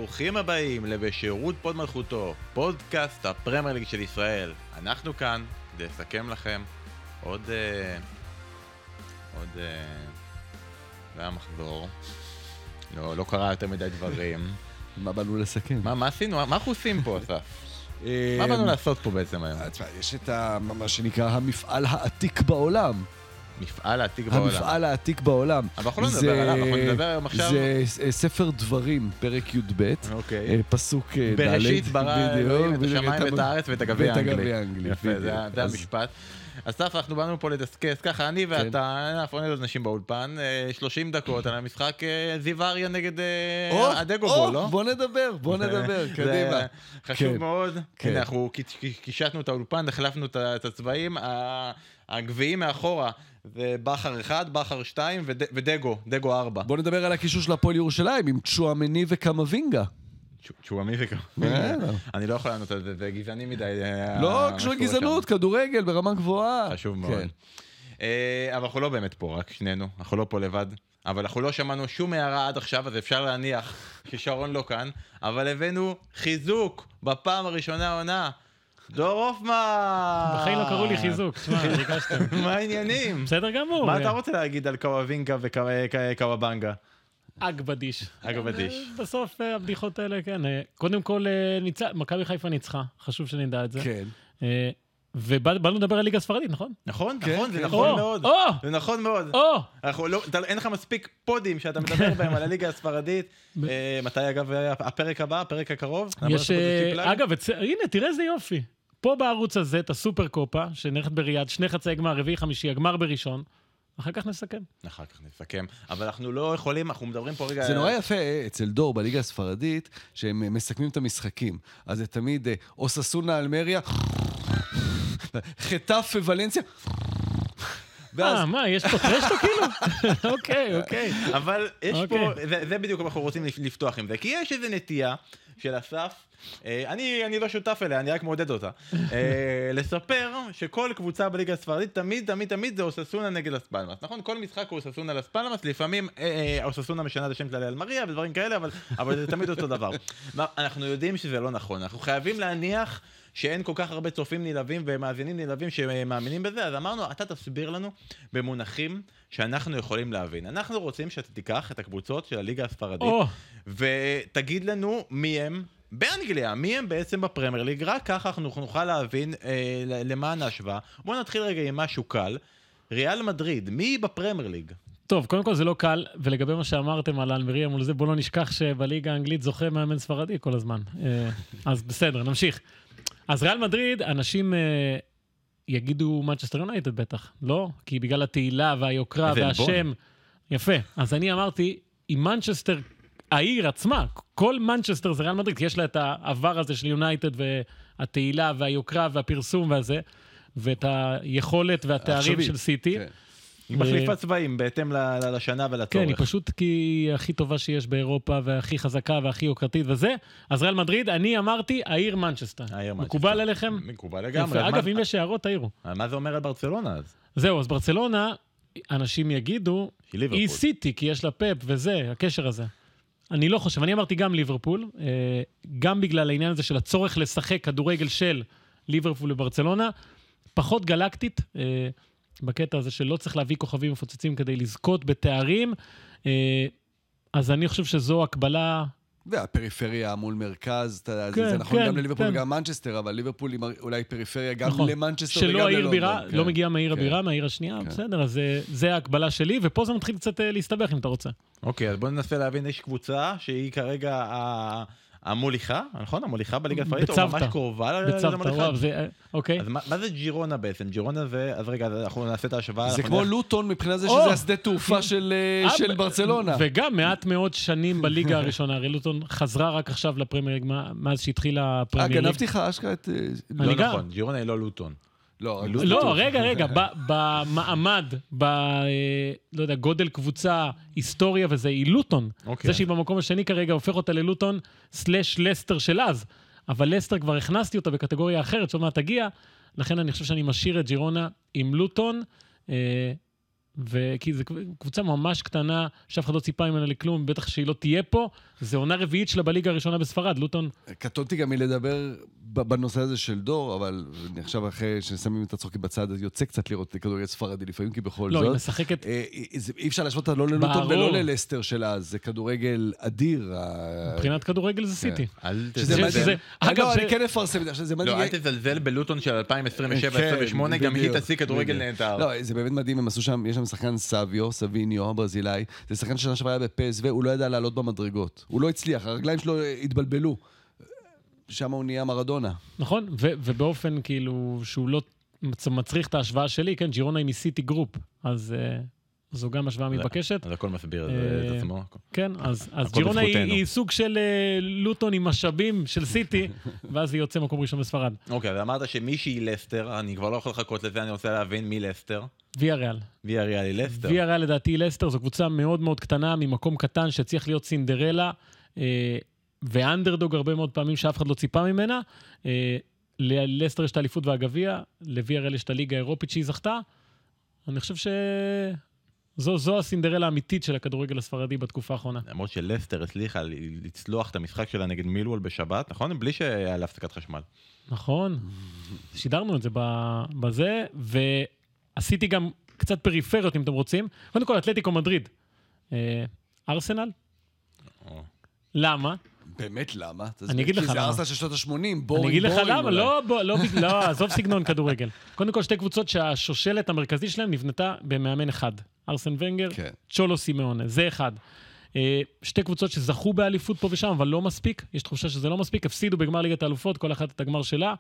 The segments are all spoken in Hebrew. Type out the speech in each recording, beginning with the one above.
ברוכים הבאים לבשירות פוד מלכותו, פודקאסט הפרמייר ליג של ישראל. אנחנו כאן כדי לסכם לכם עוד זה היה מחזור. לא קרה יותר מדי דברים. מה באנו לסכם? מה עשינו? מה אנחנו עושים פה, אסף? מה באנו לעשות פה בעצם היום? יש את מה שנקרא המפעל העתיק בעולם. מפעל העתיק בעולם. המפעל העתיק בעולם. אבל אנחנו לא נדבר עליו, אנחנו נדבר היום עכשיו. זה ספר דברים, פרק י"ב, פסוק ד'. בראשית ברא אלוהים את השמיים ואת הארץ ואת הגביע האנגלי. יפה, זה המשפט. אסף, אנחנו באנו פה לדסקס, ככה אני ואתה, אנחנו עוד אנשים באולפן, 30 דקות על המשחק זיו אריה נגד הדגובול, לא? בוא נדבר, קדימה. חשוב מאוד, הנה אנחנו קישטנו את האולפן, החלפנו את הצבעים, הגביעים מאחורה, זה בחר 1, בחר 2 ודגו 4. בוא נדבר על הקישור של הפועל ירושלים עם צ'ואמני וקמבינגה. צ'ואמני אני לא יכול לענות על זה, זה גזעני מדי. לא, קשור גזענות, כדורגל ברמה גבוהה. חשוב מאוד. אבל אנחנו לא באמת פה, רק שנינו, אנחנו לא פה לבד. אבל אנחנו לא שמענו שום הערה עד עכשיו, אז אפשר להניח ששרון לא כאן, אבל הבאנו חיזוק בפעם הראשונה העונה. דור הופמן! בחיים לא קראו לי חיזוק, תשמע, ריגשתם. מה העניינים? בסדר גמור. מה אתה רוצה להגיד על קוואבינגה וקוואבנגה? אגבדיש. אגבדיש. בסוף הבדיחות האלה, כן. קודם כל, מכבי חיפה ניצחה, חשוב שנדע את זה. כן. ובאנו לדבר על ליגה הספרדית, נכון? נכון, זה נכון מאוד. זה נכון מאוד. אין לך מספיק פודים שאתה מדבר בהם על הליגה הספרדית. מתי אגב הפרק הבא, הפרק הקרוב? אגב, הנה, תראה איזה יופי. פה בערוץ הזה, את הסופר קופה, שנערכת בריאד, 2 חצי הגמר, רביעי חמישי, הגמר בראשון. אחר כך נסכם. אבל אנחנו לא יכולים, אנחנו מדברים פה רגע... זה נורא יפה אצל דור בליגה הספרדית, שהם מסכמים את המשחקים. אז זה תמיד אוססונה אלמריה, חטף ולנסיה. מה, יש פה טרשטו כאילו? אוקיי. אבל יש פה, זה בדיוק אנחנו רוצים לפתוח עם זה, כי יש איזו נטייה של אסף, אני לא שותף אליה, אני רק מעודד אותה, לספר שכל קבוצה בליגה הספרדית, תמיד זה אוססונה נגד לס פלמאס, נכון? כל משחק הוא אוססונה לס פלמאס, לפעמים אוססונה משנה את השם שלה לאלמריה ודברים כאלה, אבל זה תמיד אותו דבר. אנחנו יודעים שזה לא נכון, אנחנו חייבים להניח שאין כל כך הרבה צופים נלהבים ומאזינים נלהבים שמאמינים בזה, אז אמרנו, אתה תסביר לנו במונחים שאנחנו יכולים להבין. אנחנו רוצים שאתה תיקח את הקבוצות של הליגה הספרדית, ותגיד לנו מי הם באנגליה, מי הם בעצם בפרמייר ליג, רק ככה אנחנו נוכל להבין למען ההשוואה. בואו נתחיל רגע עם משהו קל. ריאל מדריד, מי בפרמייר ליג? טוב, קודם כל זה לא קל, ולגבי מה שאמרתם על אלמריה מול זה, בואו לא נשכח שבליגה האנגלית זוכה מאמן ספרדי כל הזמן. אז בסדר, נמשיך. אז ריאל מדריד, אנשים יגידו מנצ'סטר יונייטד בטח, לא? כי בגלל התהילה והיוקרה והשם. יפה. אז אני אמרתי, עם מנצ'סטר, העיר עצמה, כל מנצ'סטר זה ריאל מדריד, כי יש לה את העבר הזה של יונייטד והתהילה והיוקרה והפרסום והזה, ואת היכולת והתארים של סיטי. היא מחליפה צבעים בהתאם לשנה ולצורך. כן, היא פשוט כי היא הכי טובה שיש באירופה, והכי חזקה והכי יוקרתית וזה. אז ריאל מדריד, אני אמרתי, העיר מנצ'סטר. מקובל עליכם? מקובל לגמרי. אגב, אם יש הערות, תעירו. מה זה אומר על ברצלונה אז? זהו, אז ברצלונה, אנשים יגידו, היא סיטי, כי יש לה פאפ וזה, הקשר הזה. אני לא חושב, אני אמרתי גם ליברפול, גם בגלל העניין הזה של הצורך לשחק כדורגל של ליברפול וברצלונה, פחות גלקטית, בקטע הזה שלא צריך להביא כוכבים מפוצצים כדי לזכות בתארים, אז אני חושב שזו הקבלה... והפריפריה מול מרכז, זה נכון גם לליברפול וגם מנצ'סטר, אבל ליברפול אולי פריפריה גם למנצ'סטר וגם ללונדון. שלא העיר בירה, לא מגיעה מהעיר הבירה, מהעיר השנייה, בסדר, אז זה ההקבלה שלי, ופה זה מתחיל קצת להסתבך אם אתה רוצה. אוקיי, אז בוא ננסה להבין, יש קבוצה שהיא כרגע המוליכה, נכון? המוליכה בליגה הספרדית, או ממש קרובה למוליכה? אוקיי. אז מה זה ג'ירונה בעצם? ג'ירונה זה, אז רגע, אנחנו נעשה את ההשוואה. זה כמו לוטון מבחינת זה שזה השדה תעופה של ברצלונה. וגם מעט מאוד שנים בליגה הראשונה, הרי לוטון חזרה רק עכשיו לפרמייר ליג, מאז שהתחילה הפרמייר ליג. גנבתי לך אשכרה את... לא נכון, ג'ירונה היא לא לוטון. לא, רגע, במעמד, לא יודע, גודל קבוצה, היסטוריה וזה, היא לוטון. זה שהיא במקום השני כרגע הופך אותה ללוטון סלש לסטר של אז. אבל לסטר כבר הכנסתי אותה בקטגוריה אחרת, שעוד מעט תגיע, לכן אני חושב שאני משאיר את ג'ירונה עם לוטון, וכי זו קבוצה ממש קטנה, שאף אחד לא ציפה ממנה לכלום, בטח שהיא לא תהיה פה, זה עונה רביעית שלה בליגה הראשונה בספרד, לוטון. קטונתי גם מלדבר בנושא הזה של דור, אבל אני עכשיו אחרי ששמים את הצחוקים בצד, יוצא קצת לראות כדורגל ספרדי לפעמים, כי בכל זאת... לא, היא משחקת... אי אפשר להשוות אותה לא ללוטון ולא ללסטר שלה, זה כדורגל אדיר. מבחינת כדורגל זה סיטי. אגב, אני כן אפרסם את זה, שזה מדהים. לא, אל תזלזל בלוטון של 2027-2028, גם היא תעשי כדורגל נהדר. לא, זה באמת מדהים, הם עשו שם, יש שם שחקן סוויניו, הברזילאי, זה שחקן שנה שעברה היה בפס, והוא לא ידע לעלות במדרגות. הוא לא הצליח, הרגליים שלו התבלבלו. שם הוא נהיה מרדונה. נכון, ובאופן כאילו שהוא לא מצריך את ההשוואה שלי, כן, ג'ירונה היא מסיטי גרופ, אז זו גם השוואה מתבקשת. אז הכל מסביר את עצמו. כן, אז ג'ירונה היא סוג של לוטון עם משאבים של סיטי, ואז היא יוצא מקום ראשון בספרד. אוקיי, ואמרת שמישהי לסטר, אני כבר לא יכול לחכות לזה, אני רוצה להבין מי לסטר. ויה ריאל. ויה ריאל היא לסטר. ויה ריאל לדעתי לסטר, זו קבוצה מאוד מאוד קטנה, ממקום קטן שצריך להיות סינדרלה, ואנדרדוג הרבה מאוד פעמים שאף אחד לא ציפה ממנה. ללסטר יש את האליפות והגביע, לוויה ריאל יש את הליגה האירופית שהיא זכתה. אני חושב זו הסינדרלה האמיתית של הכדורגל הספרדי בתקופה האחרונה. למרות שלסטר הצליחה לצלוח את המשחק שלה נגד מילוול בשבת, נכון? בלי שהיה לה הפסקת חשמל. נכון. שידרנו את זה בזה, ועשיתי גם קצת פריפריות אם אתם רוצים. קודם כל, אתלטיקו מדריד. ארסנל? למה? באמת למה? אני אגיד לך למה. כי זה ארסנל של שנות ה-80, בורינג. אני אגיד לך למה, לא, עזוב סגנון כדורגל. קודם כל, שתי קבוצות שהשושלת המרכזי שלהם נבנתה במאמן אחד. ארסן ונגר, צ'ולו סימאונה, זה אחד. שתי קבוצות שזכו באליפות פה ושם, אבל לא מספיק. יש תחושה שזה לא מספיק. הפסידו בגמר ליגת האלופות, כל אחת את הגמר שלה.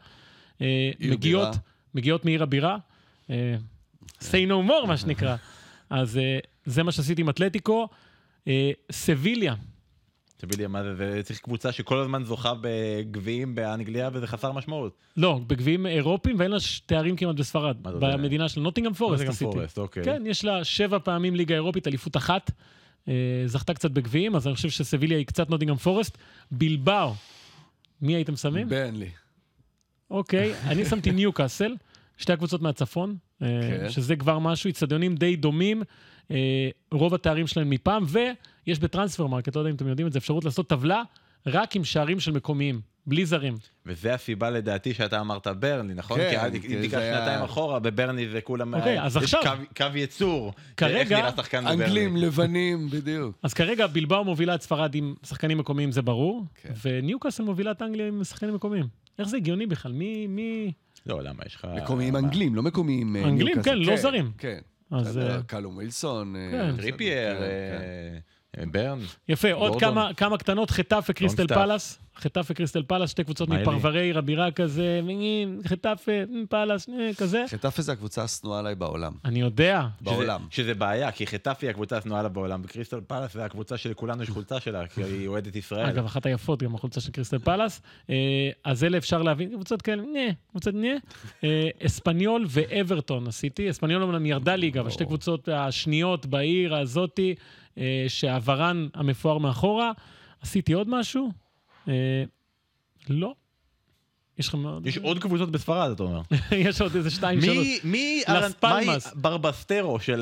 מגיעות מעיר הבירה. say no more, מה שנקרא. אז זה מה שעשיתי עם אתלטיקו. סביליה. סביליה, מה זה? זה צריך קבוצה שכל הזמן זוכה בגביעים באנגליה, וזה חסר משמעות. לא, בגביעים אירופיים, ואין לה תארים כמעט בספרד. במדינה של נוטינגהאם פורסט עשיתי. כן, יש לה 7 פעמים ליגה אירופית, אליפות אחת. זכתה קצת בגביעים, אז אני חושב שסביליה היא קצת נוטינגהאם פורסט. בילבאו, מי הייתם שמים? ברנלי. אוקיי, אני שמתי ניוקאסל, שתי הקבוצות מהצפון, שזה כבר משהו, אצטדיונים די דומים, רוב התארים שלהם מפעם, ויש בטרנספר מרקט, לא יודע אם אתם יודעים את זה, אפשרות לעשות טבלה רק עם שערים של מקומיים, בלי זרים. וזה הסיבה לדעתי שאתה אמרת ברני, נכון? כן. כי אם תיקח שנתיים אחורה, בברני זה כולם... אוקיי, אז עכשיו... יש קו יצור. כרגע... איך נראה שחקן בברני. אנגלים, לבנים, בדיוק. אז כרגע בילבאו מובילה את ספרד עם שחקנים מקומיים, זה ברור, וניוקאסל מובילה את אנגליה עם שחקנים מקומיים. איך זה הגיוני בכלל? מי... לא, למה? יש לך... מקומיים אנגלים, לא מקומיים ניוקאסל. אנגלים, כן, לא זרים. כן. קלום ווילסון. טריפייר, ברן. יפה, עוד כמה קטנות, חטאפה קריסטל פלאס. חטאפה קריסטל פלאס, שתי קבוצות מפרברי עיר הבירה כזה, חטאפה, פלאס, כזה. חטאפה זה הקבוצה השנואה עליי בעולם. אני יודע. בעולם. שזה בעיה, כי חטאפה היא הקבוצה השנואה עליי בעולם, וקריסטל פלאס זה הקבוצה שלכולנו יש חולצה שלה, כי היא אוהדת ישראל. אגב, אחת היפות, גם החולצה של קריסטל פלאס. אז אלה אפשר להבין, קבוצות כאלה, קבוצות אספניול ואברטון עשיתי. אספניול אומנם ירדה ליגה, אבל שתי קבוצות השניות בעיר הזאתי, שהעברן המפואר מאחורה. עשיתי עוד משהו? לא. יש עוד קבוצות בספרד, אתה אומר. יש עוד איזה 2-3. מי ברבסטרו של...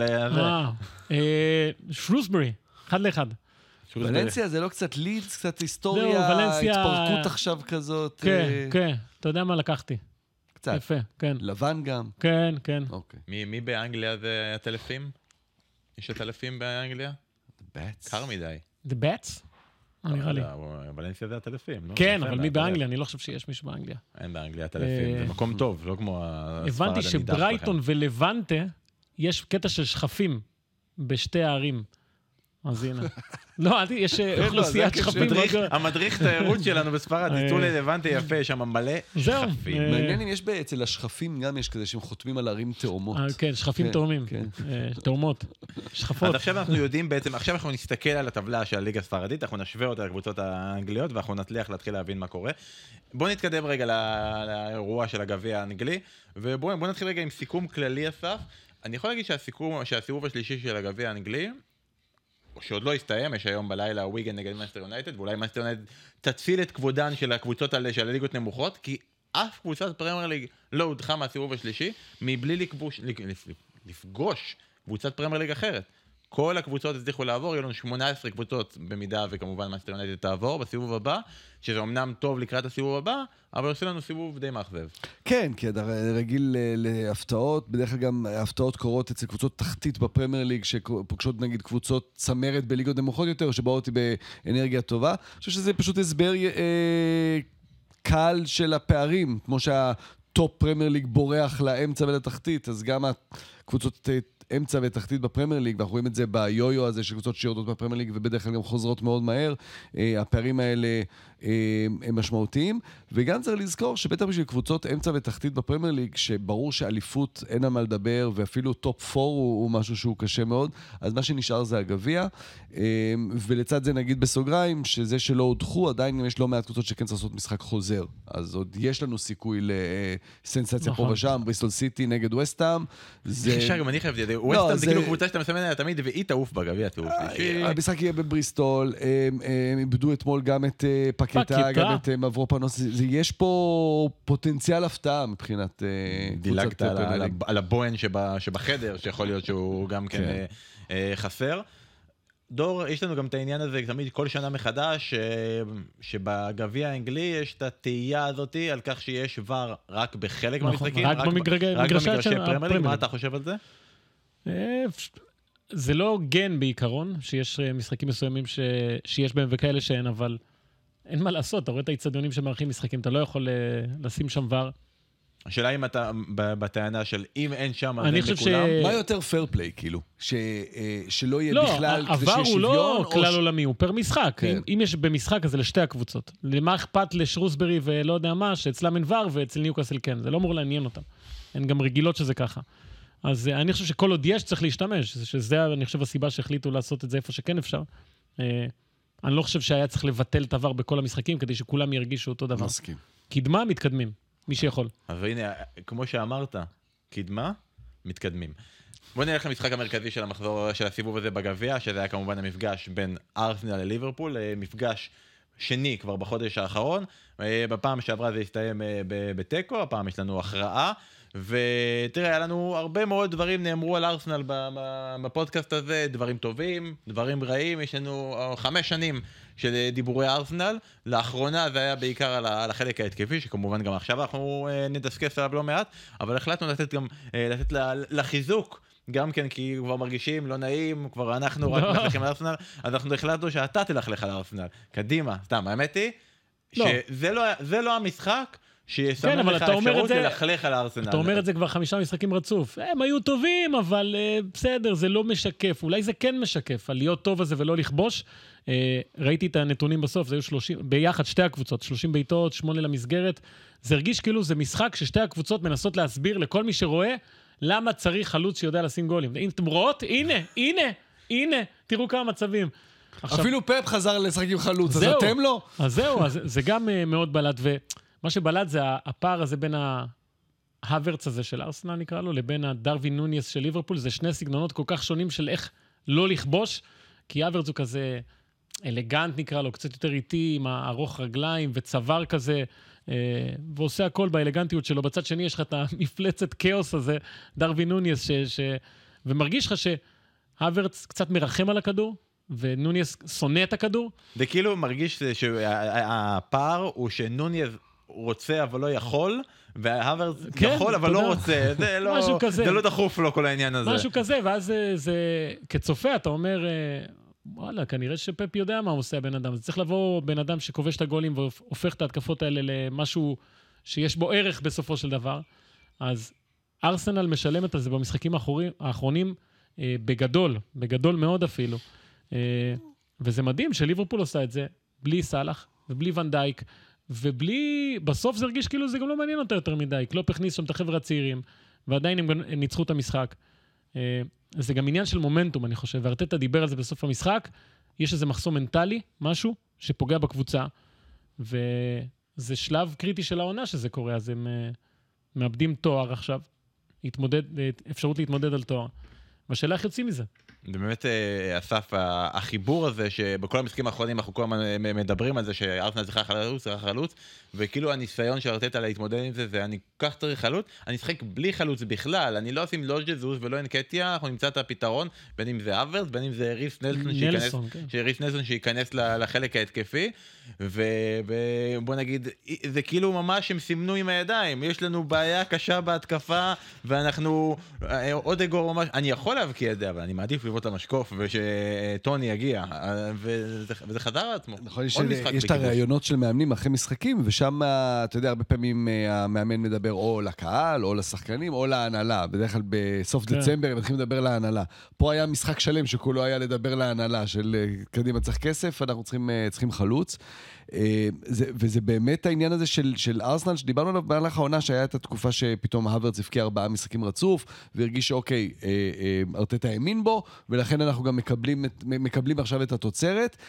שרוסברי, 1-1. ולנסיה זה לא קצת לידס, קצת היסטוריה, התפרקות עכשיו כזאת. כן, כן. אתה יודע מה לקחתי. קצת. יפה, כן. לבן גם. כן, כן. מי באנגליה זה הטלפים? יש הטלפים באנגליה? קר מדי. The Bats? נראה לי. ולנסיה זה הטלפים. כן, אבל מי באנגליה? אני לא חושב שיש מישהו באנגליה. אין באנגליה הטלפים, זה מקום טוב, לא כמו הספרד הנידח. הבנתי שברייטון ולוונטה, יש קטע של שכפים בשתי הערים. אז הנה. לא, יש אוכלוסיית שכפים. המדריך תיירות שלנו בספרד, ניתנו ללוונטה יפה, יש שם מלא שכפים. מעניין אם יש אצל השכפים גם יש כזה שהם חותמים על ערים תאומות. כן, שכפים תאומים. תאומות. שכפות. אז עכשיו אנחנו יודעים בעצם, עכשיו אנחנו נסתכל על הטבלה של הליגה הספרדית, אנחנו נשווה אותה לקבוצות האנגליות, ואנחנו נצליח להתחיל להבין מה קורה. בואו נתקדם רגע לאירוע של הגביע האנגלי, ובואו נתחיל רגע עם סיכום כללי אסף. אני יכול להגיד שהסיבוב השלישי של הגביע האנגלי, שעוד לא הסתיים, יש היום בלילה וויגן נגד מנסטר יונייטד, ואולי מנסטר יונייטד תציל את כבודן של הקבוצות של הליגות נמוכות, כי אף קבוצת פרמייר ליג לא הודחה מהסיבוב השלישי, מבלי לפגוש קבוצת פרמייר ליג אחרת. כל הקבוצות הצליחו לעבור, יהיו לנו 18 קבוצות במידה וכמובן מאנצ'סטר יונייטד תעבור בסיבוב הבא, שזה אמנם טוב לקראת הסיבוב הבא, אבל עושה לנו סיבוב די מאכזב. כן, כי אתה רגיל להפתעות, בדרך כלל גם הפתעות קורות אצל קבוצות תחתית בפרמייר ליג, שפוגשות נגיד קבוצות צמרת בליגות נמוכות יותר, שבאות באנרגיה טובה. אני חושב שזה פשוט הסבר קל של הפערים, כמו שהטופ פרמייר ליג בורח לאמצע ולתחתית, אז גם הקבוצות אמצע ותחתית בפרמייר ליג, ואנחנו רואים את זה ביו-יו הזה של קבוצות שיורדות בפרמייר ליג, ובדרך כלל גם חוזרות מאוד מהר. הפערים האלה הם משמעותיים, וגם צריך לזכור שבטח בשביל קבוצות אמצע ותחתית בפרמייר ליג, שברור שאליפות אין על מה לדבר, ואפילו טופ 4 הוא משהו שהוא קשה מאוד, אז מה שנשאר זה הגביע, ולצד זה נגיד בסוגריים, שזה שלא הודחו, עדיין יש לא מעט קבוצות שכן צריך לעשות משחק חוזר, אז עוד יש לנו סיכוי לסנסציה פה ושם, בריסטול סיטי נגד ווסטהאם. גם אני חייבתי, ווסטהאם זה כאילו קבוצה שאתה מסמן עליה תמיד, והיא תעוף בגביע, תעוף. המשחק יהיה בבריסטול, הם איבדו אתמול גם את פקטה, גם את מברופנוס, יש פה פוטנציאל הפתעה מבחינת דילגת על הבוהן שבחדר, שיכול להיות שהוא גם כן חסר. דור, יש לנו גם את העניין הזה, תמיד כל שנה מחדש, שבגביע האנגלי יש את התהייה הזאת על כך שיש ור רק בחלק מהמשחקים, רק במגרשי פרמייר ליג. מה אתה חושב על זה? זה לא הוגן בעיקרון, שיש משחקים מסוימים שיש בהם וכאלה שאין, אבל אין מה לעשות, אתה רואה את האצטדיונים שמארחים משחקים, אתה לא יכול לשים שם ור. השאלה אם אתה בטענה של אם אין שם, אז אין לכולם. מה יותר פייר פליי, כאילו? שלא יהיה בכלל כדי שיש שוויון? לא, עבר הוא לא כלל עולמי, הוא פר משחק. אם יש במשחק, אז זה לשתי הקבוצות. למה אכפת לשרוסברי ולא יודע מה, שאצלם אין ור ואצל ניוקאסל כן. זה לא אמור לעניין אותם. אין גם רגילות שזה ככה. אז אני חושב שכל עוד יש צריך להשתמש, שזה אני חושב הסיבה שהחליטו לעשות את זה איפה שכן אפשר. אני לא חושב שהיה צריך לבטל את עבר בכל המשחקים, כדי שכולם ירגישו אותו דבר. מסכים. קדמה, מתקדמים. מי שיכול. אבל הנה, כמו שאמרת, קדמה, מתקדמים. בוא נלך למשחק המרכזי של המחזור, של הסיבוב הזה בגביע, שזה היה כמובן המפגש בין ארסנל לליברפול, מפגש שני כבר בחודש האחרון. בפעם שעברה זה הסתיים בטקו, הפעם יש לנו הכרעה. ותראה, היה לנו הרבה מאוד דברים נאמרו על ארסנל בפודקאסט הזה, דברים טובים, דברים רעים, יש לנו 5 שנים של דיבורי ארסנל, לאחרונה זה היה בעיקר על החלק ההתקפי, שכמובן גם עכשיו אנחנו נדסקס עליו לא מעט, אבל החלטנו לתת לחיזוק, גם כן כי כבר מרגישים לא נעים, כבר אנחנו רק מלכלכים על ארסנל, אז אנחנו החלטנו שאתה תלכלך על ארסנל, קדימה, סתם, האמת היא, שזה לא המשחק, שיסמן לך אפשרות ללכלך על הארסנל. אתה אומר את זה כבר 5 משחקים רצוף. הם היו טובים, אבל בסדר, זה לא משקף. אולי זה כן משקף, על להיות טוב הזה ולא לכבוש. ראיתי את הנתונים בסוף, זה היו 30, ביחד 2 הקבוצות, 30 בעיטות, 8 למסגרת. זה הרגיש כאילו זה משחק ששתי הקבוצות מנסות להסביר לכל מי שרואה, למה צריך חלוץ שיודע לשים גולים. הנה, אתם רואות? הנה, תראו כמה מצבים. אפילו פפ חזר לשחק עם חלוץ, אז אתם לא? אז זהו, זה גם מאוד בלט, מה שבלט זה הפער הזה בין ההוורץ הזה של ארסנל נקרא לו, לבין הדרווין נוניס של ליברפול, זה 2 סגנונות כל כך שונים של איך לא לכבוש, כי ההוורץ הוא כזה אלגנט נקרא לו, קצת יותר איטי, עם הארוך רגליים וצוואר כזה, ועושה הכל באלגנטיות שלו. בצד שני יש לך את המפלצת כאוס הזה, דרווין נוניס, ומרגיש לך שההוורץ קצת מרחם על הכדור, ונוניס שונא את הכדור. זה כאילו מרגיש שהפער הוא שנוניס רוצה אבל לא יכול, והאוורץ יכול אבל לא רוצה, זה לא דחוף לו כל העניין הזה. משהו כזה, ואז זה כצופה אתה אומר, וואלה, כנראה שפפ יודע מה הוא עושה הבן אדם, זה צריך לבוא בן אדם שכובש את הגולים והופך את ההתקפות האלה למשהו שיש בו ערך בסופו של דבר, אז ארסנל משלמת על זה במשחקים האחרונים בגדול מאוד אפילו, וזה מדהים שליברפול עושה את זה בלי סלאח ובלי ון דייק, ובלי, בסוף זה הרגיש כאילו זה גם לא מעניין אותה יותר מדי, קלופ הכניס שם את החבר'ה הצעירים, ועדיין הם ניצחו את המשחק. זה גם עניין של מומנטום, אני חושב, וארטטה דיבר על זה בסוף המשחק, יש איזה מחסום מנטלי, משהו שפוגע בקבוצה, וזה שלב קריטי של העונה שזה קורה, אז הם מאבדים תואר עכשיו, אפשרות להתמודד על תואר. והשאלה איך יוצאים מזה? באמת, אסף, החיבור הזה, שבכל המשחקים האחרונים אנחנו כל הזמן מדברים על זה שארסנל צריכה חלוץ, וכאילו הניסיון של ארטטה להתמודד עם זה, אני כל כך צריך חלוץ, אני אשחק בלי חלוץ בכלל, אני לא אשים לא ג'זוס ולא אנקטיה, אנחנו נמצא את הפתרון, בין אם זה אברס, בין אם זה ריס נלסון שייכנס לחלק ההתקפי, ובוא נגיד, זה כאילו ממש הם סימנו עם הידיים, יש לנו בעיה קשה בהתקפה, ואנחנו, אודגור ממש, אני יכול להבקיע את זה, אבל אני מעדיף לבוא את המשקוף, ושטוני יגיע, וזה חזר על עצמו. נכון, יש את הרעיונות של מאמנים אחרי משחקים, ושם, אתה יודע, הרבה פעמים המאמן מדבר או לקהל, או לשחקנים, או להנהלה. בדרך כלל בסוף דצמבר הם מתחילים לדבר להנהלה. פה היה משחק שלם שכולו היה לדבר להנהלה, של קדימה צריך כסף, אנחנו צריכים חלוץ. וזה באמת העניין הזה של ארסנל, שדיברנו עליו במהלך העונה, שהיה את התקופה שפתאום הוורץ הבקיע 4 משחקים רצוף, והרגיש שאוקיי, ארטטה האמין בו, ולכן אנחנו גם מקבלים עכשיו את התוצרת,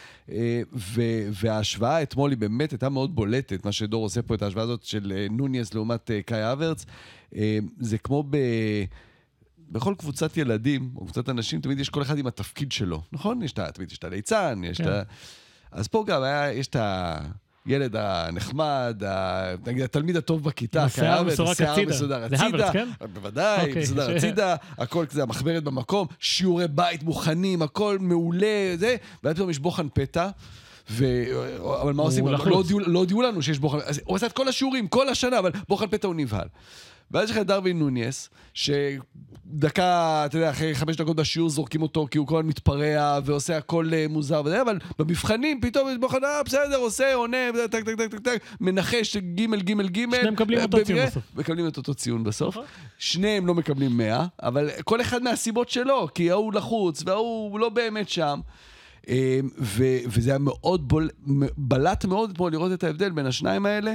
וההשוואה אתמול היא באמת הייתה מאוד בולטת, מה שדור עושה פה את ההשוואה הזאת של נוניס לעומת קאי הוורץ, זה כמו בכל קבוצת ילדים, או קבוצת אנשים, תמיד יש כל אחד עם התפקיד שלו, נכון? תמיד יש את הליצן, יש את ה... אז פה גם יש את הילד הנחמד, נגיד התלמיד הטוב בכיתה, השיער מסודר הצידה. בוודאי, מסודר הצידה, הכל כזה, המחברת במקום, שיעורי בית מוכנים, הכל מעולה, זה, ועד פתאום יש בוחן פתע, אבל מה עושים? לא הודיעו לנו שיש בוחן, הוא עשה את כל השיעורים, כל השנה, אבל בוחן פתע הוא נבהל. ואז יש לך דרווין נוניס, שדקה, אתה יודע, אחרי 5 דקות בשיעור זורקים אותו, כי הוא כל הזמן מתפרע ועושה הכל מוזר וזה, אבל במבחנים פתאום יש בוחן, בסדר, עושה, עונה, טק, טק, טק, טק, טק, מנחש ג' שניהם מקבלים אותו ציון בסוף. מקבלים את אותו ציון בסוף. שניהם לא מקבלים 100, אבל כל אחד מהסיבות שלו, כי ההוא לחוץ, וההוא לא באמת שם. וזה היה מאוד בלט מאוד אתמול לראות את ההבדל בין השניים האלה.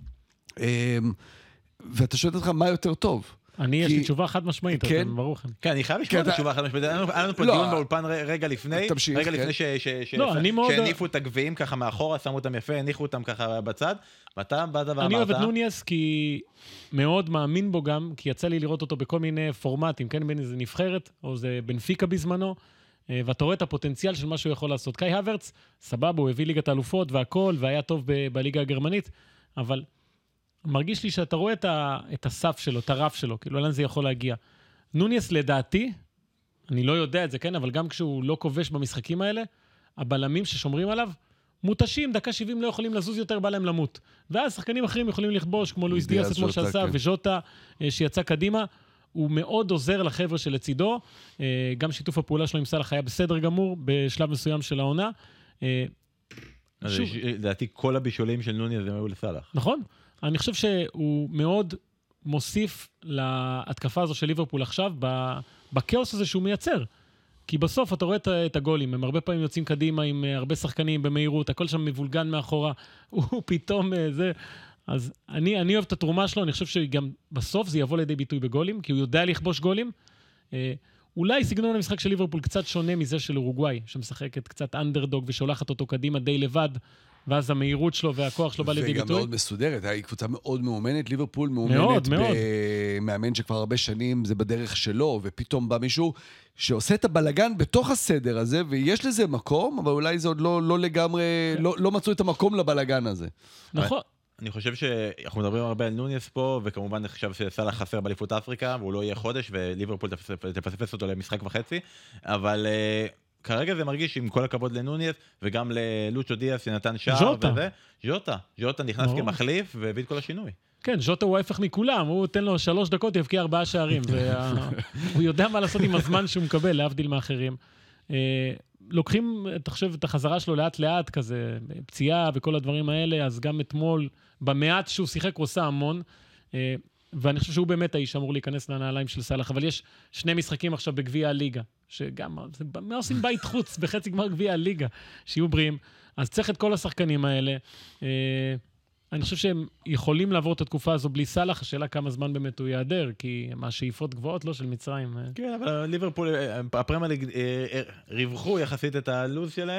ואתה שואל אותך מה יותר טוב. יש לי תשובה חד משמעית, אתם ברוך. כן, אני חייב לשמוע את התשובה חד משמעית. היה לנו פה דיון באולפן רגע לפני שהניפו את הגביעים ככה מאחורה, שמו אותם יפה, הניחו אותם ככה בצד, ואתה באת ואמרת... אני אוהב את נוניס כי מאוד מאמין בו גם, כי יצא לי לראות אותו בכל מיני פורמטים, כן, בין איזה נבחרת, או זה בנפיקה בזמנו, ואתה רואה את הפוטנציאל של מה שהוא יכול לעשות. קאי הוורץ, סבבה, הוא הביא ליגת האלופות והכל, והיה טוב בליגה הגרמנית, אבל מרגיש לי שאתה רואה את הסף שלו, את הרף שלו, כאילו לאן זה יכול להגיע. נוניס לדעתי, אני לא יודע את זה, כן, אבל גם כשהוא לא כובש במשחקים האלה, הבלמים ששומרים עליו, מותשים, דקה 70 לא יכולים לזוז יותר, בא להם למות. ואז שחקנים אחרים יכולים לכבוש, כמו לואיס דיאס אתמול שעשה, וז'וטה שיצא קדימה, הוא מאוד עוזר לחבר'ה שלצידו, גם שיתוף הפעולה שלו עם סלאח היה בסדר גמור, בשלב מסוים של העונה. לדעתי כל הבישולים של נוניס זה היו לסלאח. נכון. אני חושב שהוא מאוד מוסיף להתקפה הזו של ליברפול עכשיו, בקאוס הזה שהוא מייצר. כי בסוף אתה רואה את הגולים, הם הרבה פעמים יוצאים קדימה עם הרבה שחקנים במהירות, הכל שם מבולגן מאחורה, הוא פתאום זה... אז אני אוהב את התרומה שלו, אני חושב שגם בסוף זה יבוא לידי ביטוי בגולים, כי הוא יודע לכבוש גולים. אולי סגנון המשחק של ליברפול קצת שונה מזה של אורוגוואי, שמשחקת קצת אנדרדוג ושולחת אותו קדימה די לבד, ואז המהירות שלו והכוח שלו בא לידי ביטוי. וגם מאוד מסודרת, היא קבוצה מאוד מאומנת, ליברפול מאומנת במאמן שכבר הרבה שנים, זה בדרך שלו, ופתאום בא מישהו שעושה את הבלגן בתוך הסדר הזה, ויש לזה מקום, אבל אולי זה עוד לא לגמרי, לא מצאו את המקום לבלגן הזה. נכון. אני חושב שאנחנו מדברים הרבה על נוניס פה, וכמובן אני חושב שסלאח חסר באליפות אפריקה, והוא לא יהיה חודש, וליברפול תפספס אותו למשחק וחצי, אבל כרגע זה מרגיש עם כל הכבוד לנוניס, וגם ללוצ'ו דיאס שנתן שער וזה. ז'וטה נכנס כמחליף, והביא את כל השינוי. כן, ז'וטה הוא ההפך מכולם, הוא תן לו 3 דקות, יבקיע 4 שערים, הוא יודע מה לעשות עם הזמן שהוא מקבל, להבדיל מאחרים. לוקחים, תחשב, את החזרה שלו לאט לאט, כזה, פציעה וכל הדברים האלה, אז גם אתמול, במעט שהוא שיחק, הוא עושה המון, ואני חושב שהוא באמת האיש אמור להיכנס לנעליים של סלאח, אבל יש 2 משחקים עכשיו בגביע הליגה, שגם, מה עושים בית חוץ בחצי גמר גביע הליגה, שיהיו בריאים, אז צריך את כל השחקנים האלה, אני חושב שהם יכולים לעבור את התקופה הזו בלי סלאח, השאלה כמה זמן באמת הוא יעדר, כי מה שאיפות גבוהות, לא של מצרים. כן, אבל ליברפול, הפרמייר ליג רווחו יחסית את הלוז שלהם,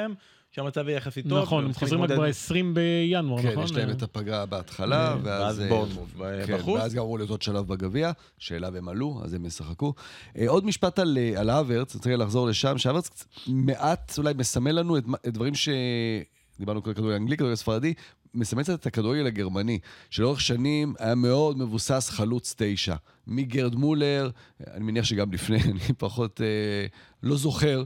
שהמצב יהיה יחסית טוב. נכון, הם חוזרים רק ב-20 בינואר, כן, נכון? יש להם את הפגרה בהתחלה, ואז בורנמוף בחוץ. ואז גם עברו לעוד שלב בגביע, שאליו הם עלו, אז הם ישחקו. עוד משפט על האברץ, אני רוצה לחזור לשם, שהאברץ מעט אולי מסמל לנו את דברים דיברנו על כדורגל אנגלי, כדורגל ספרדי, מסמל את הכדורגל הגרמני, שלאורך שנים היה מאוד מבוסס חלוץ 9. מגרד מולר, אני מניח שגם לפני, אני פחות לא זוכר.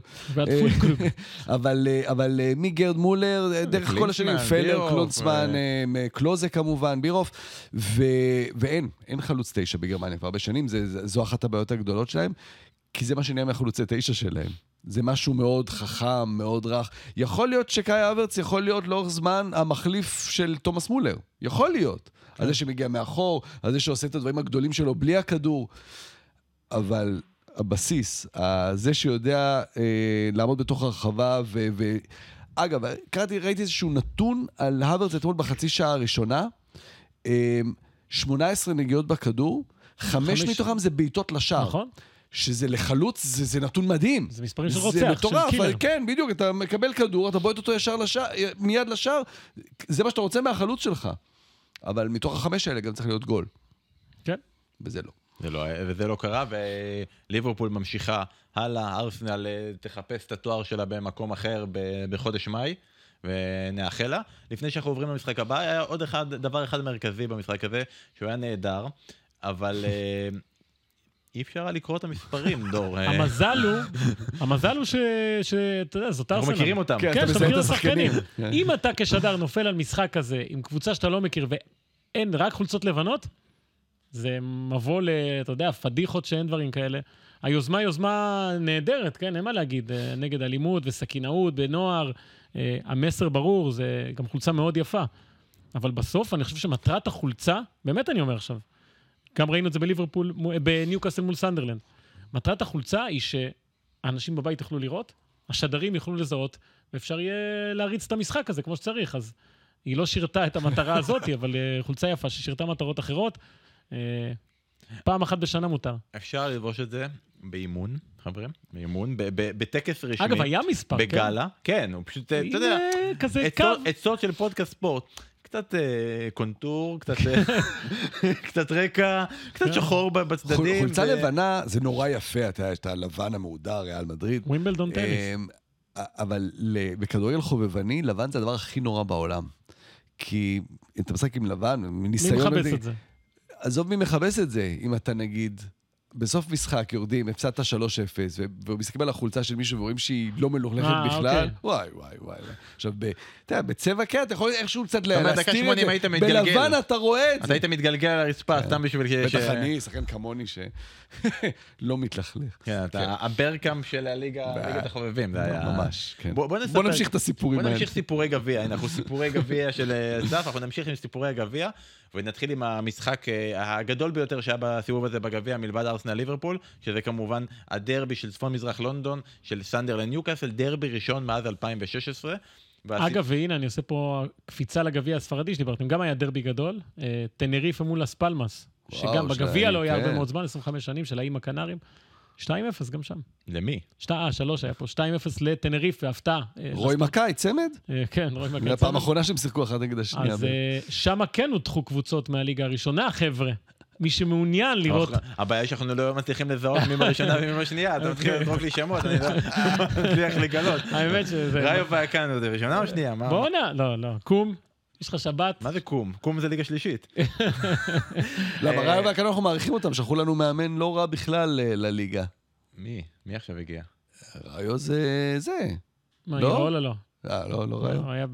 אבל מגרד מולר, דרך כל השנים, פלר, קלונסמן, קלוזה כמובן, בירוף, ואין חלוץ 9 בגרמניה כבר הרבה שנים, זו אחת הבעיות הגדולות שלהם, כי זה מה שנהיה מהחלוצי 9 שלהם. זה משהו מאוד חכם, מאוד רך. יכול להיות שקאי אברץ יכול להיות לאורך זמן המחליף של תומאס מולר. יכול להיות. על זה שמגיע מאחור, על זה שעושה את הדברים הגדולים שלו בלי הכדור. אבל הבסיס, זה שיודע לעמוד בתוך הרחבה, אגב, ראיתי איזשהו נתון על אברץ אתמול בחצי שעה הראשונה, 18 נגיעות בכדור, 5 מתוכם זה בעיטות לשער. נכון. שזה לחלוץ, זה נתון מדהים. זה מספרים של רוצח, זה מטורף, של קילר. כן, בדיוק, אתה מקבל כדור, אתה בועט אותו ישר לשער, מיד לשער, זה מה שאתה רוצה מהחלוץ שלך. אבל מתוך 5 האלה גם צריך להיות גול. כן. וזה לא. וזה לא קרה, וליברפול ממשיכה הלאה, ארסנל תחפש את התואר שלה במקום אחר בחודש מאי, ונאחל לה. לפני שאנחנו עוברים למשחק הבא, היה עוד דבר אחד מרכזי במשחק הזה, שהוא היה נהדר, אבל אי אפשר לקרוא את המספרים, דור. המזל הוא שאתה יודע, זאת ארסנל. אנחנו מכירים אותם. כן, שאתה מכיר את השחקנים. אם אתה כשדר נופל על משחק כזה, עם קבוצה שאתה לא מכיר, ואין רק חולצות לבנות, זה מבוא אתה יודע, פדיחות שאין דברים כאלה. היוזמה היא יוזמה נהדרת, כן? אין מה להגיד, נגד אלימות וסכינאות בנוער. המסר ברור, זה גם חולצה מאוד יפה. אבל בסוף אני חושב שמטרת החולצה, באמת אני אומר עכשיו, גם ראינו את זה בליברפול, בניוקאסל מול סנדרלנד. מטרת החולצה היא שהאנשים בבית יוכלו לראות, השדרים יוכלו לזהות, ואפשר יהיה להריץ את המשחק הזה כמו שצריך. אז היא לא שירתה את המטרה הזאת, אבל חולצה יפה ששירתה מטרות אחרות. פעם אחת בשנה מותר. אפשר ללבוש את זה באימון, חברים, באימון, בטקס רשמי. אגב, היה מספר, כן? בגאלה, כן, הוא פשוט, אתה יודע, כזה קו. עצות של פודקאסט ספורט. קצת קונטור, קצת רקע, קצת שחור בצדדים. חולצה לבנה זה נורא יפה, את הלבן המהודר, ריאל מדריד. ווימבלדון טניס. אבל בכדורגל חובבני, לבן זה הדבר הכי נורא בעולם. כי אתה משחק עם לבן, מניסיון... מי מחבס את זה? עזוב מי מחבס את זה, אם אתה נגיד... בסוף משחק יורדים, הפסדת 3-0, ומסתכלים על החולצה של מישהו ורואים שהיא לא מלוכלכת בכלל. וואי. עכשיו, בצבע כן, אתה יכול איכשהו קצת להסתיר את זה. בלבן אתה רואה את זה. אתה היית מתגלגל על הרצפה, סתם בשביל... בטח אני, שחקן כמוני שלא מתלכלך. כן, הברקאמפ של הליגת החובבים. ממש, כן. בוא נמשיך את הסיפורים האלה. בוא נמשיך סיפורי גביע. אנחנו סיפורי גביע של זף, אנחנו נמשיך עם סיפורי הגביע, ונתחיל עם המשחק הגדול ביותר שהיה בסיבוב הזה בגביע, מלבד ארסנל ליברפול, שזה כמובן הדרבי של צפון מזרח לונדון, של סנדרלנד ניוקאסל, דרבי ראשון מאז 2016. אגב, והנה, אני עושה פה קפיצה לגביע הספרדי שדיברתם, גם היה דרבי גדול, טנריפה מול לס פלמאס, שגם בגביע לא היה הרבה מאוד זמן, 25 שנים של האיים הקנרים, 2-0 גם שם. למי? 3 היה פה, 2-0 לטנריפה, הפתעה. רוי מקאי, צמד? כן, רוי מקאי, צמד. הפעם האחרונה שהם שיחקו אחת נגד השנייה. אז שמה כן הודחו קבוצות מהליגה הראשונה, חבר'ה. מי שמעוניין לראות... הבעיה שאנחנו לא מצליחים לזהות מי בראשונה ומי בשנייה, אתה מתחיל לזרוק לי שמות, אני לא מצליח לגלות. האמת שזה... ראיו והקאנו, זה ראשונה או שנייה? בוא לא, קום. יש לך שבת. מה זה קום? קום זה ליגה שלישית. למה ראיו והקאנו אנחנו מעריכים אותם, שלחו לנו מאמן לא רע בכלל לליגה. מי עכשיו הגיע? ראיו זה... מה, ירולה לא? לא ראיו. הוא היה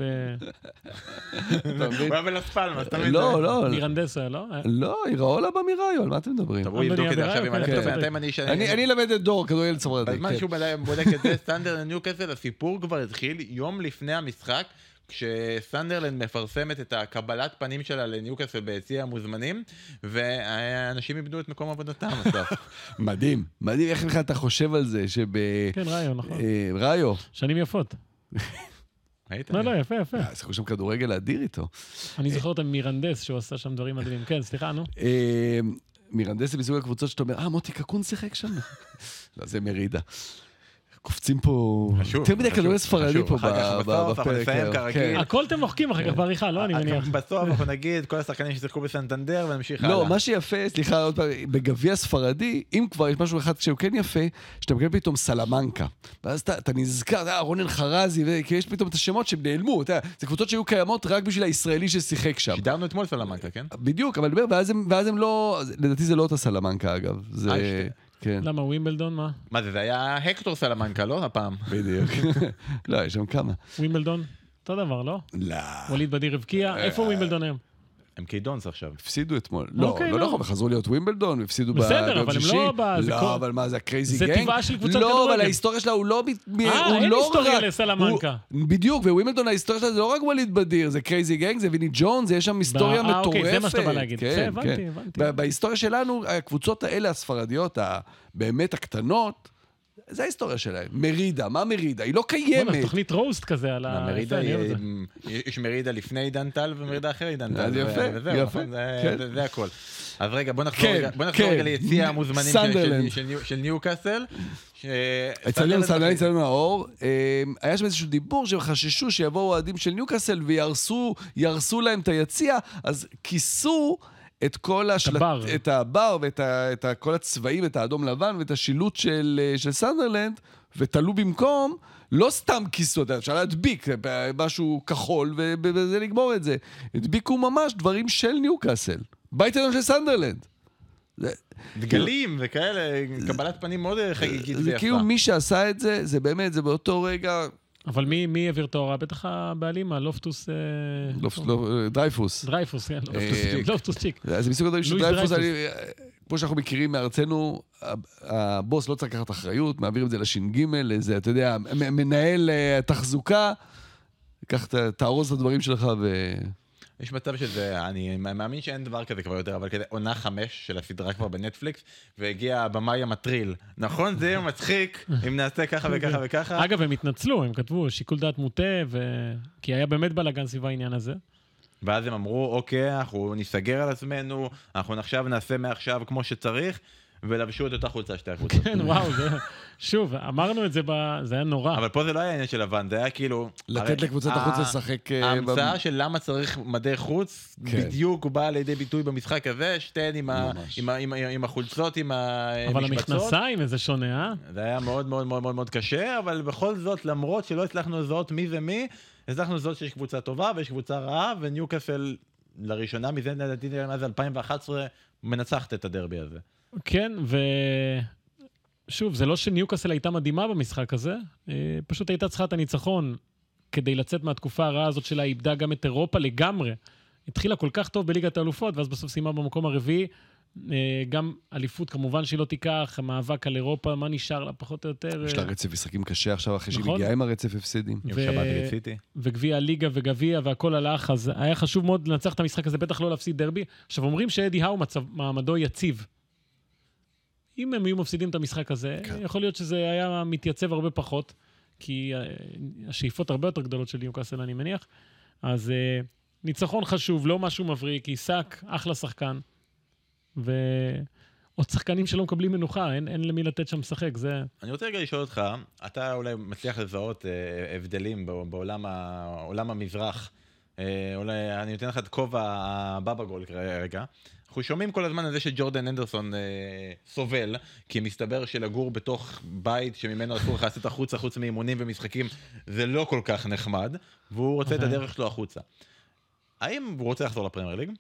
הוא היה בלס פלמאס, תמיד. לא. מירנדסה, לא? לא, יראולה במיראיו, על מה אתם מדברים? טוב, הוא יבדוק את זה עכשיו עם הלפטופ, אני אלמד את דור, כדורגל ספרדי. בזמן שהוא בודק את זה, סנדרלנד ניוקאסל, הסיפור כבר התחיל יום לפני המשחק, כשסנדרלנד מפרסמת את הקבלת פנים שלה לניוקאסל ביציע המוזמנים, ואנשים איבדו את מקום עבודתם. מדהים, איך בכלל אתה חושב על זה כן, ראיו, נכון. ראיו. שנים יפות. לא, יפה. שיחקו שם כדורגל אדיר איתו. אני זוכר אותם מירנדס, שהוא עשה שם דברים מדהימים. כן, סליחה, נו. מירנדס זה מסוג הקבוצות שאתה אומר, מוטי קקון שיחק שם? לא, זה מרידה. קופצים פה... יותר מדי כדורגל ספרדי פה בפרק. הכל אתם מוחקים אחר כך בעריכה, לא? אני מניח. בסוף אנחנו נגיד כל השחקנים ששיחקו בסנטנדר ונמשיך הלאה. לא, מה שיפה, סליחה, עוד פעם, בגביע ספרדי, אם כבר יש משהו אחד שהוא כן יפה, שאתה מגן פתאום סלמנקה. ואז אתה נזכר, רונן חרזי, כי יש פתאום את השמות שהם נעלמו, זה קבוצות שהיו קיימות רק בשביל הישראלי ששיחק שם. שידרנו אתמול סלמנקה, כן? בדיוק, אבל ואז הם לא, לדעתי זה לא אותה סלמנקה אגב. כן. למה, ווימבלדון, מה? מה זה היה הקטור סלמנקה, לא? הפעם. בדיוק. לא, יש שם כמה. ווימבלדון? אותו דבר, לא? לא. ווליד בדיר הבקיע, איפה ווימבלדון היום? הם קידונס עכשיו. הפסידו אתמול. לא נכון, וחזרו להיות ווימבלדון, והפסידו ביום שישי. בסדר, אבל הם לא... לא, אבל מה, זה הקרייזי גנג? זה טבעה של קבוצות כדורגל. לא, אבל ההיסטוריה שלה הוא לא... אין היסטוריה לסלמנקה. בדיוק, ווימבלדון ההיסטוריה שלה זה לא רק ווליד בדיר, זה קרייזי גנג, זה ויני ג'ונס, יש שם היסטוריה מטורפת. אוקיי, זה מה שאתה בא להגיד. הבנתי. בהיסטוריה שלנו, הקבוצות האלה הספרדיות, באמת הקטנות, זה ההיסטוריה שלהם. מרידה, מה מרידה? היא לא קיימת. תוכנית רוסט כזה על ה... יש מרידה לפני עידן טל ומרידה אחרי עידן טל. יפה. זה הכל. אז רגע, בוא נחזור רגע ליציע המוזמנים של ניוקאסל. אצלנו סנדרלנד האור, היה שם איזשהו דיבור שהם חששו שיבואו אוהדים של ניוקאסל וירסו להם את היציע, אז כיסו את כל את הבר ואת כל הצבעים, את האדום לבן ואת השילוט של סנדרלנד, ותלו במקום, לא סתם כיסו, אפשר להדביק משהו כחול וזה לגמור את זה. הדביקו ממש דברים של ניוקאסל. בית עליון של סנדרלנד. דגלים וכאלה, קבלת פנים מאוד חגיגית ויפה. זה כאילו מי שעשה את זה, זה באמת, זה באותו רגע... אבל מי העביר את ההוראה? בטח הבעלים, הלופטוס... דרייפוס. דרייפוס, כן. לופטוס צ'יק. זה מסוג הדברים של דרייפוס, כמו שאנחנו מכירים מארצנו, הבוס לא צריך לקחת אחריות, מעביר את זה לש"ג, איזה, אתה יודע, מנהל תחזוקה, תארוז את הדברים שלך ו... יש מצב שזה, אני מאמין שאין דבר כזה כבר יותר, אבל כזה עונה 5 של הסדרה כבר בנטפליקס, והגיע הבמאי המטריל. נכון? זה יהיה מצחיק, אם נעשה ככה וככה וככה. אגב, הם התנצלו, הם כתבו שיקול דעת מוטה, כי היה באמת בלגן סביב העניין הזה. ואז הם אמרו, אוקיי, אנחנו נסגר על עצמנו, אנחנו עכשיו נעשה מעכשיו כמו שצריך, ולבשו את אותה חולצה, שתי החולצות. כן, וואו, שוב, אמרנו את זה, זה היה נורא. אבל פה זה לא היה עניין של לבן, זה היה כאילו... לתת לקבוצת החוץ לשחק... ההמצאה של למה צריך מדי חוץ, בדיוק הוא בא לידי ביטוי במשחק הזה, שתיהן עם החולצות, עם המשבצות. אבל המכנסיים, איזה שונה, אה? זה היה מאוד מאוד מאוד מאוד קשה, אבל בכל זאת, למרות שלא הצלחנו לזהות מי ומי, הצלחנו לזהות שיש קבוצה טובה ויש קבוצה רעה, וניוקאסל לראשונה מזה, לדעתי, מאז 2011, מנצחת את הדרבי הזה. כן, ושוב, זה לא שניוקאסל הייתה מדהימה במשחק הזה, פשוט הייתה צריכה את הניצחון כדי לצאת מהתקופה הרעה הזאת שלה, איבדה גם את אירופה לגמרי. התחילה כל כך טוב בליגת האלופות, ואז בסוף סיימה במקום הרביעי, גם אליפות כמובן שהיא לא תיקח, המאבק על אירופה, מה נשאר לה פחות או יותר. יש לה רצף משחקים קשה עכשיו, אחרי שהיא מגיעה עם הרצף הפסדים. וגביע הליגה וגביע והכל הלך, אז היה חשוב מאוד לנצח את המשחק הזה, בטח לא להפסיד דרבי. עכשיו אומרים שאדי האו מעמדו יציב. אם הם היו מפסידים את המשחק הזה, יכול להיות שזה היה מתייצב הרבה פחות, כי השאיפות הרבה יותר גדולות של ניוקאסל, אני מניח. אז ניצחון חשוב, לא משהו מבריק, עיסק, אחלה שחקן. ועוד שחקנים שלא מקבלים מנוחה, אין למי לתת שם לשחק, זה... אני רוצה רגע לשאול אותך, אתה אולי מצליח לזהות הבדלים בעולם המזרח, אולי אני נותן לך את כובע הבא בגול רגע, אנחנו שומעים כל הזמן על זה שג'ורדן אנדרסון סובל, כי מסתבר שלגור בתוך בית שממנו אסור לך לצאת החוצה, חוץ מאימונים ומשחקים, זה לא כל כך נחמד, והוא רוצה את הדרך שלו החוצה. האם הוא רוצה לחזור לפרמייר ליג?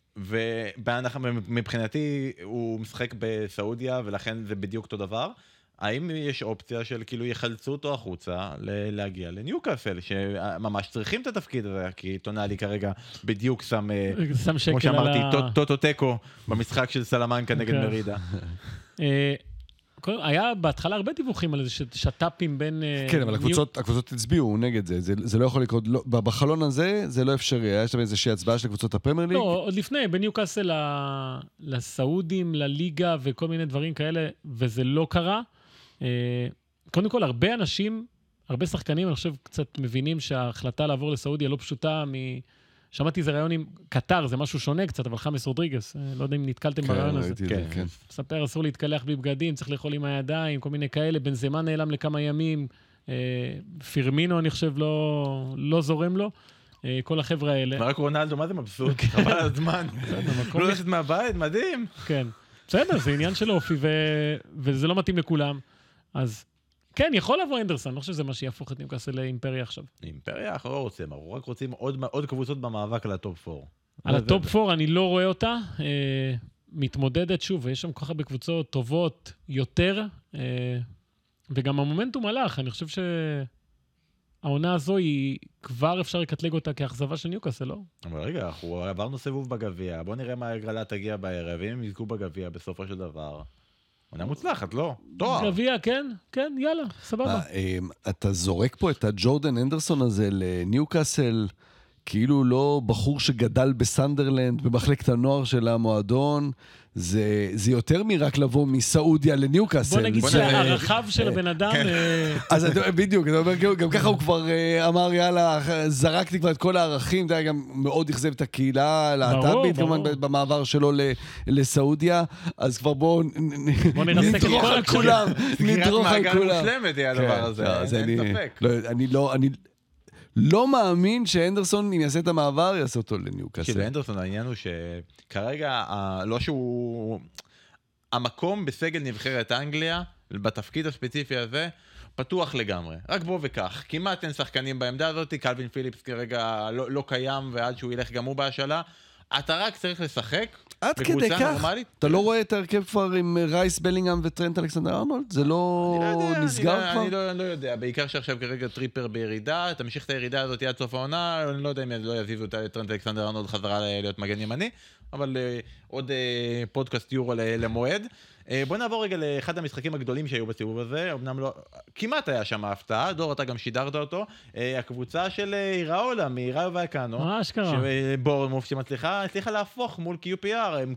ומבחינתי הוא משחק בסעודיה, ולכן זה בדיוק אותו דבר. האם יש אופציה של כאילו יחלצו אותו החוצה להגיע לניוקאסל, שממש צריכים את התפקיד הזה, כי טונאלי כרגע בדיוק שם כמו שאמרתי, טוטו טקו במשחק של סלמנקה נגד מרידה. היה בהתחלה הרבה דיווחים על איזה שטאפים בין... כן, אבל הקבוצות הצביעו נגד זה, זה לא יכול לקרות, בחלון הזה זה לא אפשרי, היה שם איזושהי הצבעה של קבוצות הפרמייר ליג? לא, עוד לפני, בין ניוקאסל לסעודים, לליגה וכל מיני דברים כאלה, וזה לא קרה. קודם כל, הרבה אנשים, הרבה שחקנים, אני חושב, קצת מבינים שההחלטה לעבור לסעודיה לא פשוטה שמעתי איזה רעיון עם קטר, זה משהו שונה קצת, אבל חמאס רודריגס, לא יודע אם נתקלתם ברעיון הזה. כן. מספר, אסור להתקלח בלי בגדים, צריך לאכול עם הידיים, כל מיני כאלה, בנזמה נעלם לכמה ימים, פירמינו, אני חושב, לא זורם לו. כל החבר'ה האלה. רק רונלדו, מה זה מבסוט? חבל על הזמן. לא ללכת מהבית, מדהים. כן. בסדר, זה עניין של אופי, וזה לא מתאים לכולם. אז כן, יכול לבוא אנדרסון, אני לא חושב שזה מה שיהפוך את ניוקאסל לאימפריה עכשיו. אימפריה אנחנו לא רוצים, אנחנו רק רוצים עוד קבוצות במאבק על הטופ 4. על הטופ 4 אני לא רואה אותה, מתמודדת שוב, ויש שם כל כך הרבה קבוצות טובות יותר, וגם המומנטום הלך, אני חושב העונה הזו היא כבר אפשר לקטלג אותה כאכזבה של ניוקאסל, לא? אבל רגע, אנחנו עברנו סיבוב בגביע, בוא נראה מה הגרלה תגיע בערב, אם הם יזכו בגביע בסופו של דבר. עונה מוצלחת, לא? תואר. גביע, כן, יאללה, סבבה. אתה זורק פה את הג'ורדן אנדרסון הזה לניוקאסל, כאילו לא בחור שגדל בסנדרלנד, במחלקת הנוער של המועדון, זה יותר מרק לבוא מסעודיה לניוקאסל. בוא נגיד שהרחב של הבן אדם... אז בדיוק, גם ככה הוא כבר אמר, יאללה, זרקתי כבר את כל הערכים, זה היה גם מאוד אכזב את הקהילה, להט"בית, כמובן במעבר שלו לסעודיה, אז כבר בואו נדרוך על כולם. נדרוך על כולם. מושלמת היא הדבר הזה, אין ספק. אני לא מאמין שאנדרסון, אם יעשה את המעבר, יעשה אותו לניוקאסל. אנדרסון, העניין הוא שכרגע, לא שהוא... המקום בסגל נבחרת אנגליה, בתפקיד הספציפי הזה, פתוח לגמרי. רק בוא וכך. כמעט אין שחקנים בעמדה הזאת, קלווין פיליפס כרגע לא קיים, ועד שהוא ילך גם הוא בהשאלה. אתה רק צריך לשחק בקבוצה נורמלית. אתה לא רואה את ההרכב כבר עם רייס, בלינגהאם וטרנט אלכסנדר ארנולד? זה לא נסגר כבר? אני לא יודע. בעיקר שעכשיו כרגע טריפר בירידה, תמשיך את הירידה הזאת עד סוף העונה, אני לא יודע אם לא יזיזו את טרנט אלכסנדר ארנולד חזרה להיות מגן ימני, אבל עוד פודקאסט יורו למועד. בוא נעבור רגע לאחד המשחקים הגדולים שהיו בסיבוב הזה, אמנם לא, כמעט היה שם ההפתעה, דור אתה גם שידרת אותו, הקבוצה של איראולה מראיו ואקנו, מה שקרה? שבורנמוף שמצליחה להפוך מול QPR, הם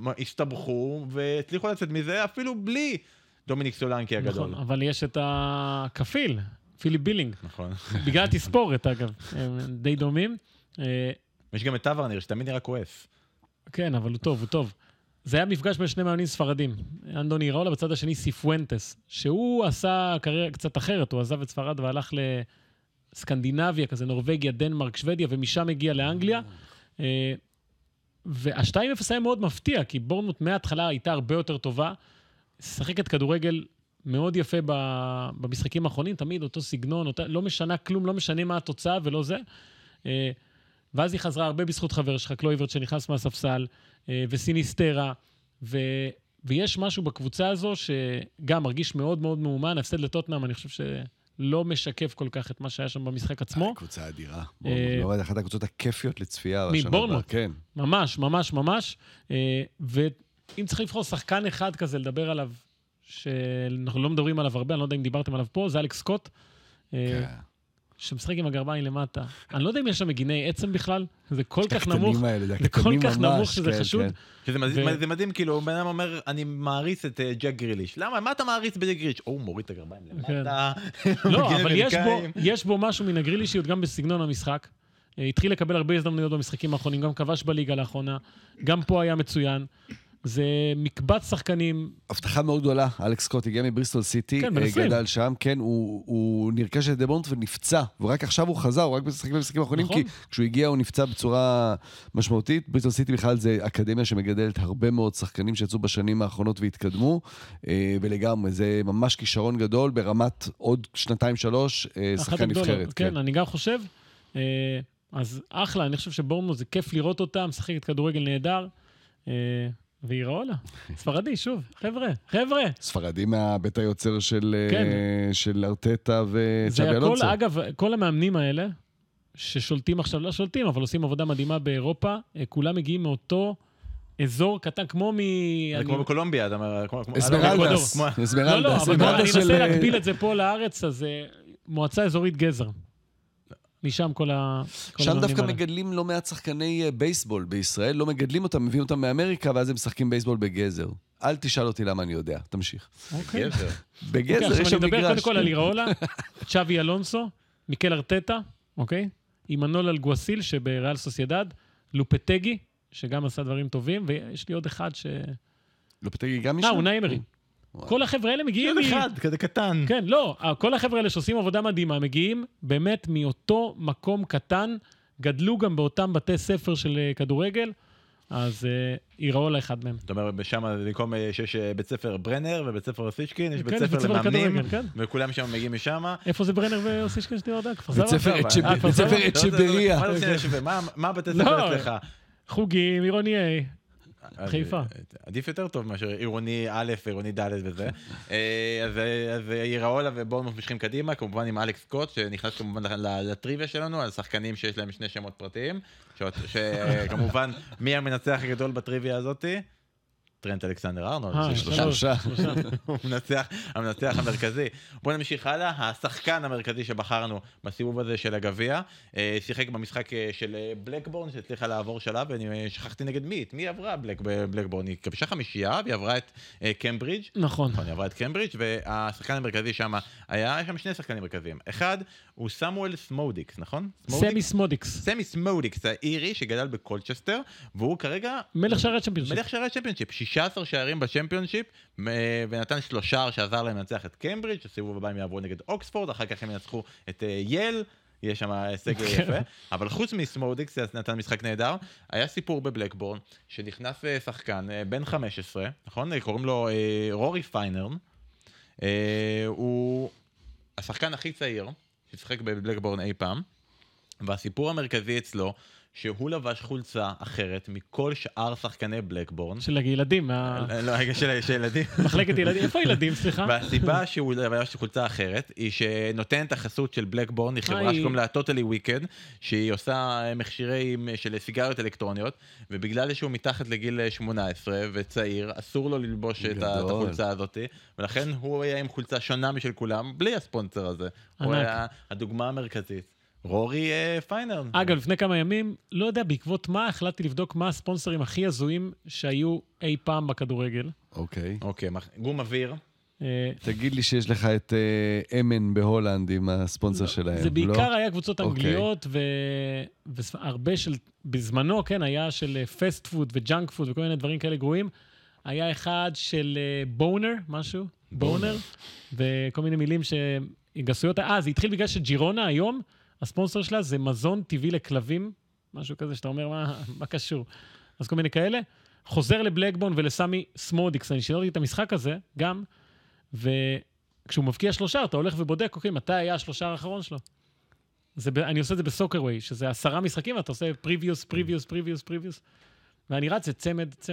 הסתבכו והצליחו לצאת מזה אפילו בלי דומיניק סולנקי הגדול. נכון, אבל יש את הכפיל, פיליפ בילינג. נכון. בגלל התספורת אגב, הם די דומים. יש גם את טוורנר שתמיד נראה כועס. כן, אבל הוא טוב. זה היה מפגש בין שני מאמנים ספרדים. אנדוני איראולה בצד השני סיפואנטס, שהוא עשה קריירה קצת אחרת, הוא עזב את ספרד והלך לסקנדינביה, כזה נורווגיה, דנמרק, שוודיה, ומשם הגיע לאנגליה. וה-2-0 היה מאוד מפתיע, כי בורנמוט מההתחלה הייתה הרבה יותר טובה, שחקת כדורגל מאוד יפה במשחקים האחרונים, תמיד אותו סגנון, לא משנה כלום, לא משנה מה התוצאה ולא זה. ואז היא חזרה הרבה בזכות חבר שלך, קלויברט שנכנס מהספסל, וסיניסטרה, ויש משהו בקבוצה הזו שגם מרגיש מאוד מאוד מאומן, הפסד לטוטנהאם, אני חושב שלא משקף כל כך את מה שהיה שם במשחק עצמו. קבוצה אדירה. אחת הקבוצות הכיפיות לצפייה. מבורנמוט. כן. ממש, ממש, ממש. ואם צריך לבחור שחקן אחד כזה, לדבר עליו, שאנחנו לא מדברים עליו הרבה, אני לא יודע אם דיברתם עליו פה, זה אלכס סקוט. כן. שמשחק עם הגרביים למטה. אני לא יודע אם יש שם מגיני עצם בכלל, זה כל כך נמוך, זה כל כך נמוך שזה חשוד. זה מדהים, כאילו, בן אדם אומר, אני מעריץ את ג'ק גריליש. למה? מה אתה מעריץ בג'ק גריליש? הוא מוריד את הגרביים למטה. לא, אבל יש בו משהו מן הגרילישיות, גם בסגנון המשחק. התחיל לקבל הרבה הזדמנויות במשחקים האחרונים, גם כבש בליגה לאחרונה, גם פה היה מצוין. זה מקבץ שחקנים. הבטחה מאוד גדולה, אלכס סקוט הגיע מבריסטול סיטי, גדל שם, כן, הוא נרכש את דבורנט ונפצע, ורק עכשיו הוא חזר, הוא רק משחק במשחקים האחרונים, כי כשהוא הגיע הוא נפצע בצורה משמעותית. בריסטול סיטי בכלל זה אקדמיה שמגדלת הרבה מאוד שחקנים שיצאו בשנים האחרונות והתקדמו, ולגמרי זה ממש כישרון גדול, ברמת עוד 2-3 שחקן נבחרת. כן, אני גם חושב, אז אחלה, אני חושב שבורנמוט זה כיף לראות אותם, משחקת כדורגל נהדר, ואיראולה, ספרדי, שוב, חבר'ה. ספרדי מהבית היוצר של ארטטה וצ'אבי אלונסו. אגב, כל המאמנים האלה, ששולטים עכשיו, לא שולטים, אבל עושים עבודה מדהימה באירופה, כולם מגיעים מאותו אזור קטן, כמו זה כמו בקולומביה, אתה אומר, אסמרלדס. לא, אבל אני אנסה להקביל את זה פה לארץ, אז מועצה אזורית גזר. משם כל שם דווקא מגדלים לא מעט שחקני בייסבול בישראל, לא מגדלים אותם, מביאים אותם מאמריקה, ואז הם משחקים בייסבול בגזר. אל תשאל אותי למה אני יודע, תמשיך. גזר. בגזר יש שם מגרש. אני מדבר קודם כל על איראולה, צ'אבי אלונסו, מיקל ארטטה, אוקיי? אימנול אלגואסיל שבריאל סוסיידד, לופטגי, שגם עשה דברים טובים, ויש לי עוד אחד לופטגי גם משם? אונאי אמרי. כל החבר'ה האלה מגיעים... אחד, כזה קטן. כן, לא, כל החבר'ה האלה שעושים עבודה מדהימה, מגיעים באמת מאותו מקום קטן, גדלו גם באותם בתי ספר של כדורגל, אז יראו לאחד מהם. זאת אומרת, בשם במקום שיש בית ספר ברנר ובית ספר אוסישקין, יש כן, בית ספר למאמנים, כן. וכולם שם מגיעים משם. איפה זה ברנר ואוסישקין שתהיה עוד? בית ספר אצ'בריה. מה בתי ספר אצלך? חוגים, עירוני A. חיפה. עדיף יותר טוב מאשר עירוני א' ועירוני ד' וזה. אז יראולה ובורנמוט משכים קדימה, כמובן עם אלכס קוט, שנכנס כמובן לטריוויה שלנו, על שחקנים שיש להם שני שמות פרטיים, שכמובן מי המנצח הגדול בטריוויה הזאת? טרנט אלכסנדר ארנולד. שלושה. הוא המנצח המרכזי. בואו נמשיך הלאה. השחקן המרכזי שבחרנו בסיבוב הזה של הגביע, שיחק במשחק של בלקבורן, שהצליחה לעבור שלב, ואני שכחתי נגד מי עברה בלקבורן? היא כבשה 5, והיא עברה את קמברידג'. נכון. היא עברה את קמברידג', והשחקן המרכזי שם, היה שם שני שחקנים מרכזיים. אחד, הוא סמואל סמודיקס, נכון? סמי סמודיקס. סמי סמודיקס, האירי שגדל בקולצ'סטר, והוא כרגע... מלך שערי צ'מפיונשיפ. מלך שערי צ'מפיונשיפ, 16 שערים בצ'מפיונשיפ, ונתן 3 שער שעזר להם לנצח את קמברידג', הסיבוב הבא הם יעברו נגד אוקספורד, אחר כך הם ינצחו את יל, יש שם הישג יפה, אבל חוץ מסמודיקס, נתן משחק נהדר, היה סיפור בבלקבורן, שנכנס שחקן בן 15, נכון? קוראים לו רורי פיינרן, הוא השחקן הכי צעיר, ששחק בבלקבורן אי פעם, והסיפור המרכזי אצלו, שהוא לבש חולצה אחרת מכל שאר שחקני בלקבורן. של ילדים. לא, רגע, של ילדים. מחלקת ילדים. איפה ילדים, סליחה? והסיבה שהוא לבש חולצה אחרת, היא שנותנת החסות של בלקבורן, היא חברה שקוראים לה טוטלי וויקד, שהיא עושה מכשירים של סיגריות אלקטרוניות, ובגלל שהוא מתחת לגיל 18 וצעיר, אסור לו ללבוש את החולצה הזאת, ולכן הוא היה עם חולצה שונה משל כולם, בלי הספונסר הזה. הוא היה הדוגמה המרכזית. רורי פיינרן. אגב, לפני כמה ימים, לא יודע בעקבות מה, החלטתי לבדוק מה הספונסרים הכי הזויים שהיו אי פעם בכדורגל. אוקיי. גום אוויר. תגיד לי שיש לך את אמן בהולנד עם הספונסר שלהם. זה בעיקר היה קבוצות אנגליות, והרבה של, בזמנו, כן, היה של פסט פוד וג'אנק פוד וכל מיני דברים כאלה גרועים. היה אחד של בונר, משהו, בונר, וכל מיני מילים שגסויות. זה התחיל בגלל שג'ירונה היום, הספונסר שלה זה מזון טבעי לכלבים, משהו כזה שאתה אומר, מה קשור? אז כל מיני כאלה. חוזר לבלקבורן ולסמי סמודיקס, אני שידרתי את המשחק הזה, גם, וכשהוא מבקיע 3, אתה הולך ובודק, אוקיי, מתי היה 3 האחרון שלו? אני עושה את זה בסוקרווי, שזה 10 משחקים, ואתה עושה previous, ואני רץ, זה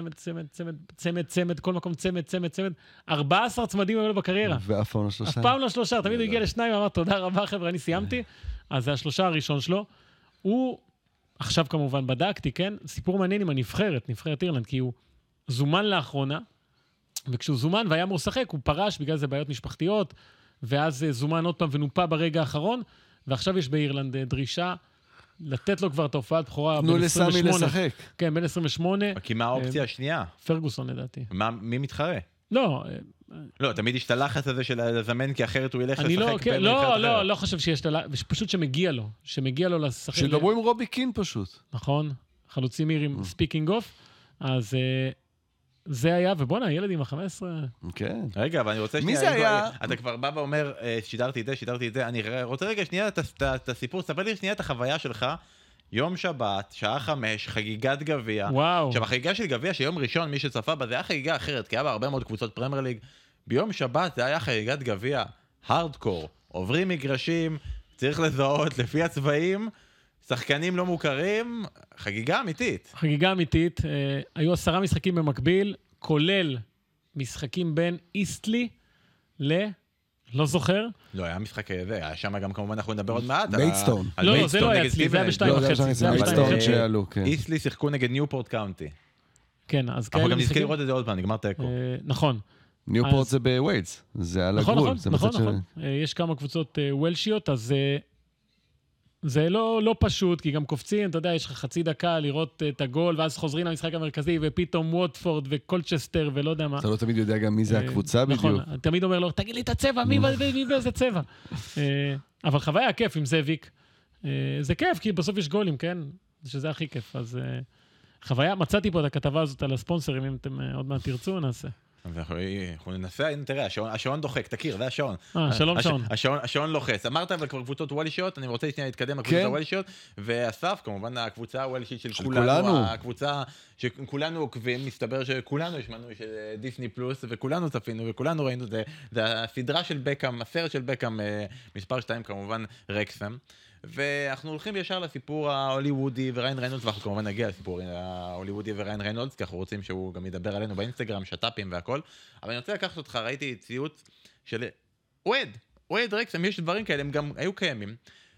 צמד, כל מקום צמד, 14 צמדים היו לו בקריירה. ואף פעם לא 3. אף פעם לא 3, תמיד הוא הגיע ל2, ואמר, תודה רבה חבר'ה, אני סיימתי. אז זה 3 הראשון שלו. הוא, עכשיו כמובן בדקתי, כן? סיפור מעניין עם נבחרת אירלנד, כי הוא זומן לאחרונה, וכשהוא זומן והיה אמור לשחק, הוא פרש בגלל זה בעיות משפחתיות, ואז זומן עוד פעם ונופה ברגע האחרון, ועכשיו יש באירלנד דרישה לתת לו כבר את ההופעת בכורה בין 28. תנו לסמי לשחק. כן, בין 28. כי מה האופציה השנייה? פרגוסון לדעתי. מי מתחרה? לא, תמיד יש את הלחץ הזה של לזמן, כי אחרת הוא ילך לשחק בין לא חושב שיש את הלחץ, פשוט שמגיע לו לשחק. שדברו עם רובי קין פשוט. נכון, חלוצים אירים, ספיקינג אוף, אז זה היה, ובוא'נה, ילד עם ה-15. כן. רגע, אבל אני רוצה מי זה היה? אתה כבר בא ואומר, שידרתי את זה, אני רוצה רגע שנייה את הסיפור, ספר לי שנייה את החוויה שלך, יום שבת, שעה 5, חגיגת גביע. וואו. עכשיו, החגיגה של גביע, שיום ראשון, מי שצפה בה, זה היה חגיגה אחרת, כי היה בה הרבה מאוד קבוצות פרמייר ליג. ביום שבת זה היה חגיגת גביע, הארדקור, עוברים מגרשים, צריך לזהות לפי הצבעים, שחקנים לא מוכרים, חגיגה אמיתית. חגיגה אמיתית, היו 10 משחקים במקביל, כולל משחקים בין איסטלי לא זוכר. לא, היה משחק הזה, היה שם גם כמובן אנחנו נדבר עוד מעט. מיידסטון. לא, זה לא היה אצלי, זה היה ב-2.5. איסטלי שיחקו נגד ניופורט קאונטי. כן, אז אנחנו גם נזכה לראות את זה עוד פעם, נגמר תיקו. נכון. ניופורט זה בווילס, זה על הגבול. נכון. יש כמה קבוצות וולשיות, אז זה לא פשוט, כי גם קופצים, אתה יודע, יש לך חצי דקה לראות את הגול, ואז חוזרים למשחק המרכזי, ופתאום ווטפורד וקולצ'סטר, ולא יודע מה. אתה לא תמיד יודע גם מי זה הקבוצה בדיוק. נכון, תמיד אומר לו, תגיד לי את הצבע, מי באיזה צבע. אבל חוויה כיף עם זאביק, זה כיף, כי בסוף יש גולים, כן? שזה הכי כיף, אז חוויה, מצאתי פה את הכתבה הזאת על הספונסרים, אם אתם עוד מעט תרצו, נעשה. אנחנו ננסה, תראה, השעון דוחק, תכיר, זה השעון. שלום שעון. השעון לוחץ. אמרת אבל כבר קבוצות וולשיות, אני רוצה שנייה להתקדם לקבוצות הוולשיות, ואסף, כמובן הקבוצה הוולשית של כולנו, הקבוצה שכולנו עוקבים, מסתבר שכולנו יש מנוי של דיסני פלוס, וכולנו צפינו, וכולנו ראינו, זה הסדרה של בקאם, הסרט של בקאם, מספר 2 כמובן, רקסם. ואנחנו הולכים ישר לסיפור ההוליוודי וריין ריינולדס, ואנחנו כמובן נגיע לסיפור ההוליוודי וריין ריינולדס, כי אנחנו רוצים שהוא גם ידבר עלינו באינסטגרם, שטאפים והכל. אבל אני רוצה לקחת אותך, ראיתי ציוץ של אוהד רקסם, יש דברים כאלה, הם גם היו קיימים,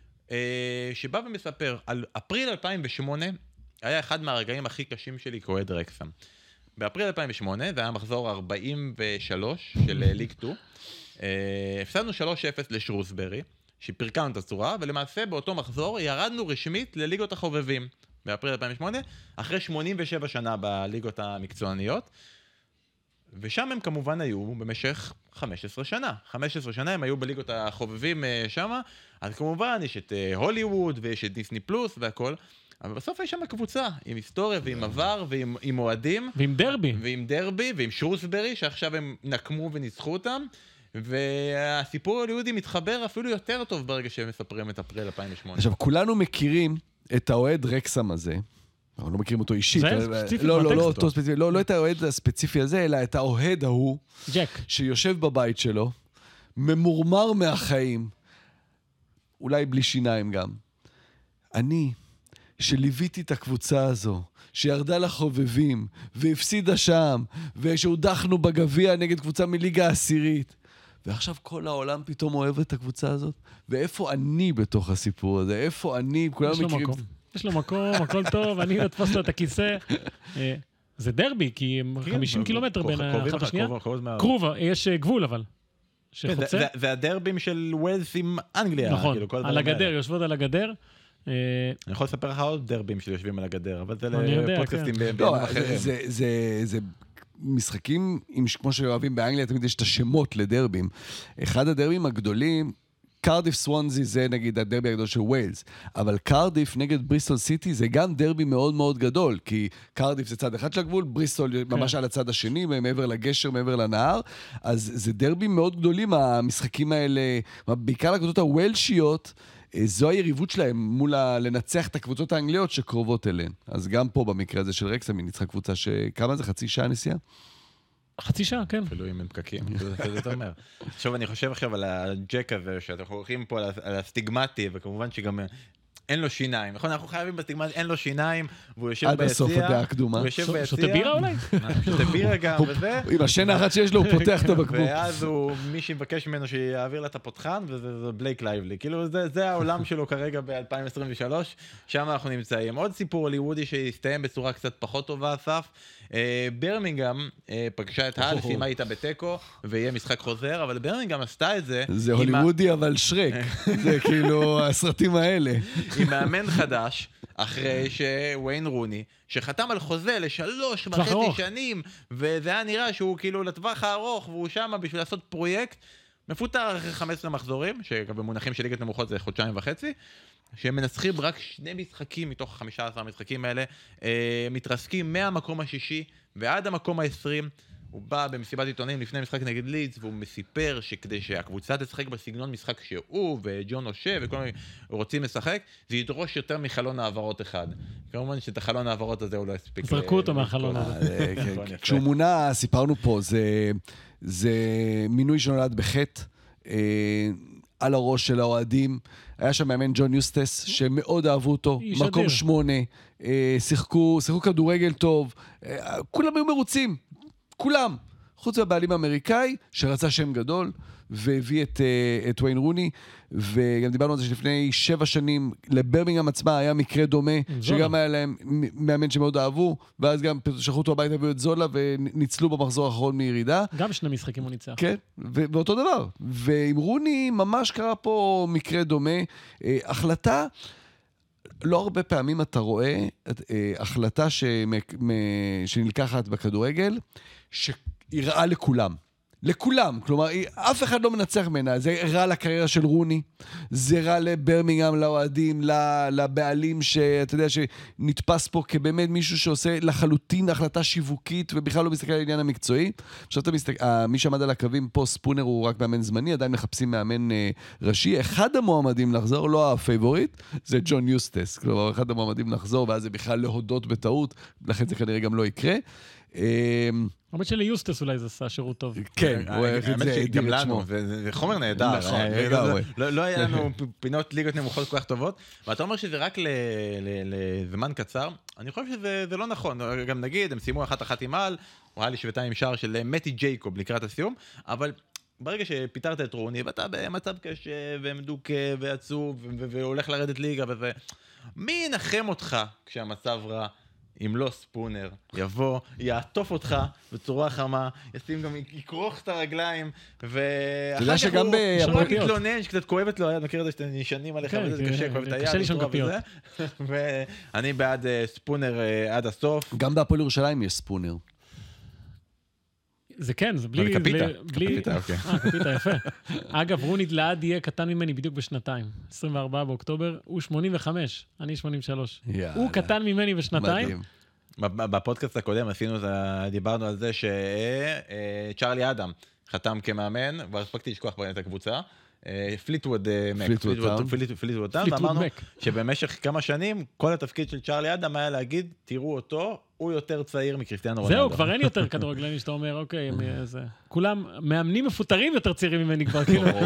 שבא ומספר על אפריל 2008, היה אחד מהרגעים הכי קשים שלי כאוהד רקסם. באפריל 2008, זה היה מחזור 43 של ליג 2, הפסדנו 3-0 לשרוסברי, שפרקנו את הצורה, ולמעשה באותו מחזור ירדנו רשמית לליגות החובבים באפריל 2008, אחרי 87 שנה בליגות המקצועניות, ושם הם כמובן היו במשך 15 שנה. 15 שנה הם היו בליגות החובבים שם, אז כמובן יש את הוליווד ויש את דיסני פלוס והכל, אבל בסוף יש שם קבוצה עם היסטוריה ועם עבר ועם אוהדים. ועם דרבי. ועם דרבי ועם שרוסברי, שעכשיו הם נקמו וניצחו אותם. והסיפור ההוליוודי מתחבר אפילו יותר טוב ברגע שהם מספרים את אפריל 2008. עכשיו, כולנו מכירים את האוהד רקסם הזה, אנחנו לא מכירים אותו אישית. זה ספציפי בטקסט. לא את האוהד הספציפי הזה, אלא את האוהד ההוא, ג'ק, שיושב בבית שלו, ממורמר מהחיים, אולי בלי שיניים גם. אני, שליוויתי את הקבוצה הזו, שירדה לחובבים, והפסידה שם, ושהודחנו בגביע נגד קבוצה מליגה העשירית, ועכשיו כל העולם פתאום אוהב את הקבוצה הזאת, ואיפה אני בתוך הסיפור הזה? איפה אני? כולם מכירים... יש לו מקום, הכל טוב, אני אתפס לו את הכיסא. זה דרבי, כי 50 קילומטר בין האחת השנייה. קרוב, יש גבול אבל. זה הדרבים של ווילס עם אנגליה. נכון, על הגדר, יושבות על הגדר. אני יכול לספר לך עוד דרבים שיושבים על הגדר, אבל זה לפודקאסטים בימים אחרים. זה משחקים, כמו שאוהבים באנגליה, תמיד יש את השמות לדרבים. אחד הדרבים הגדולים, קרדיף סוונזי זה נגיד הדרבי הגדול של ווילס, אבל קרדיף נגד בריסטול סיטי זה גם דרבי מאוד מאוד גדול, כי קרדיף זה צד אחד של הגבול, בריסטול ממש על הצד השני, מעבר לגשר, מעבר לנהר, אז זה דרבי מאוד גדולים, המשחקים האלה, בעיקר הקבוצות הוולשיות, זו היריבות שלהם מול לנצח את הקבוצות האנגליות שקרובות אליהן. אז גם פה במקרה הזה של רקסם, היא ניצחה קבוצה שכמה זה? חצי שעה נסיעה? חצי שעה, כן. אפילו אם הם פקקים, זה יותר מהר. עכשיו אני חושב עכשיו על הג'ק הזה, שאנחנו הולכים פה על הסטיגמטי, וכמובן שגם אין לו שיניים. נכון, אנחנו חייבים בסטיגמטי, אין לו שיניים, והוא יושב ביציע. עד הסוף הדעה הקדומה. שותה בירה אולי? שותה בירה גם, וזה. עם השן האחת שיש לו, הוא פותח את הבקבוק. ואז מי שמבקש ממנו שיעביר לה את הפותחן, וזה בלייק לייבלי. כאילו, זה העולם שלו כרגע ב-2023, שם אנחנו נמצאים. עוד סיפור הוליוודי שהסתיים בצורה קצת פחות טובה, אסף. ברמינגהאם פגשה את האל, סיימה איתה בטקו, ויהיה משחק חוזר, אבל ברמינגהאם עשתה את זה. זה הוליוודי אבל שרק. זה כאילו הסרטים האלה. עם מאמן חדש, אחרי שוויין רוני, שחתם על חוזה ל3.5 שנים, וזה היה נראה שהוא כאילו לטווח הארוך, והוא שם בשביל לעשות פרויקט, מפוטר אחרי 15 מחזורים, שבמונחים של ליגת נמוכות זה 1.5 חודשים, שהם מנצחים רק 2 משחקים מתוך 15 המשחקים האלה, מתרסקים מהמקום השישי ועד המקום ה-20, הוא בא במסיבת עיתונים לפני משחק נגד לידס, והוא מסיפר שכדי שהקבוצה תשחק בסגנון משחק שהוא וג'ון אושה וכל מיני רוצים לשחק, זה ידרוש יותר מחלון העברות אחד. כמובן שאת החלון העברות הזה הוא לא הספיק. זרקו אותו מהחלון הזה. כשהוא מונה, סיפרנו פה, זה מינוי שנולד בחטא, על הראש של האוהדים. היה שם מאמן ג'ון יוסטס, שמאוד אהבו אותו, מקום 8, שיחקו כדורגל טוב, כולם היו מרוצים, כולם, חוץ מהבעלים האמריקאי, שרצה שם גדול, והביא את וויין רוני, וגם דיברנו על זה שלפני 7 שנים, לברמינגהאם עצמה היה מקרה דומה, שגם היה להם מאמן שמאוד אהבו, ואז גם שלחו אותו הביתה והביאו את זולה, וניצלו במחזור האחרון מירידה. גם 2 משחקים הוא ניצח. כן, ואותו דבר. ועם רוני ממש קרה פה מקרה דומה, החלטה, לא הרבה פעמים אתה רואה החלטה שנלקחת בכדורגל, שהיראה לכולם. לכולם, כלומר, אף אחד לא מנצח ממנה, זה רע לקריירה של רוני, זה רע לברמינגהאם, לאוהדים, לבעלים שאתה יודע שנתפס פה כבאמת מישהו שעושה לחלוטין החלטה שיווקית, ובכלל לא מסתכל על העניין המקצועי. עכשיו אתה מסתכל, מי שעמד על הקווים פה, ספונר הוא רק מאמן זמני, עדיין מחפשים מאמן ראשי, אחד המועמדים לחזור, לא הפייבוריט, זה ג'ון יוסטס, כלומר, אחד המועמדים לחזור, ואז זה בכלל להודות בטעות, לכן זה כנראה גם לא יקרה. האמת שליוסטס אולי זה עשה שירות טוב. כן, הוא הולך את זה, גם לנו, זה חומר נהדר. לא היה לנו פינות ליגות נמוכות כל כך טובות, ואתה אומר שזה רק לזמן קצר, אני חושב שזה לא נכון. גם נגיד, הם סיימו 1-1 עם מעל, הוא היה לי שבטיים עם שער של מתי ג'ייקוב לקראת הסיום, אבל ברגע שפיתרת את רוני, ואתה במצב קשה ומדוכא ועצוב, והולך לרדת ליגה וזה, מי ינחם אותך כשהמצב רע? אם לא ספונר, יבוא, יעטוף אותך בצורה חמה, ישים גם, יקרוך את הרגליים, ואחר כך הוא רק יתלונן שקצת כואבת לו, מכיר את זה שאתם נשענים עליך, וזה קשה, כואב את היד, קשה לישון כפיות. ואני בעד ספונר עד הסוף. גם בהפועל ירושלים יש ספונר. זה כן, זה בלי... קפיטה, אוקיי. קפיטה, יפה. אגב, רוני לעד יהיה קטן ממני בדיוק בשנתיים. 24 באוקטובר, הוא 85, אני 83. הוא קטן ממני בשנתיים. בפודקאסט הקודם דיברנו על זה שצ'רלי אדם חתם כמאמן, כבר הספקתי לשכוח את הקבוצה. פליטווד טאון, ואמרנו שבמשך כמה שנים כל התפקיד של צ'רלי אדם היה להגיד, תראו אותו, הוא יותר צעיר מקריסטיאנו רונלדו. זהו, כבר אין יותר כדורגלני שאתה אומר, אוקיי, כולם מאמנים מפוטרים יותר צעירים ממני כבר,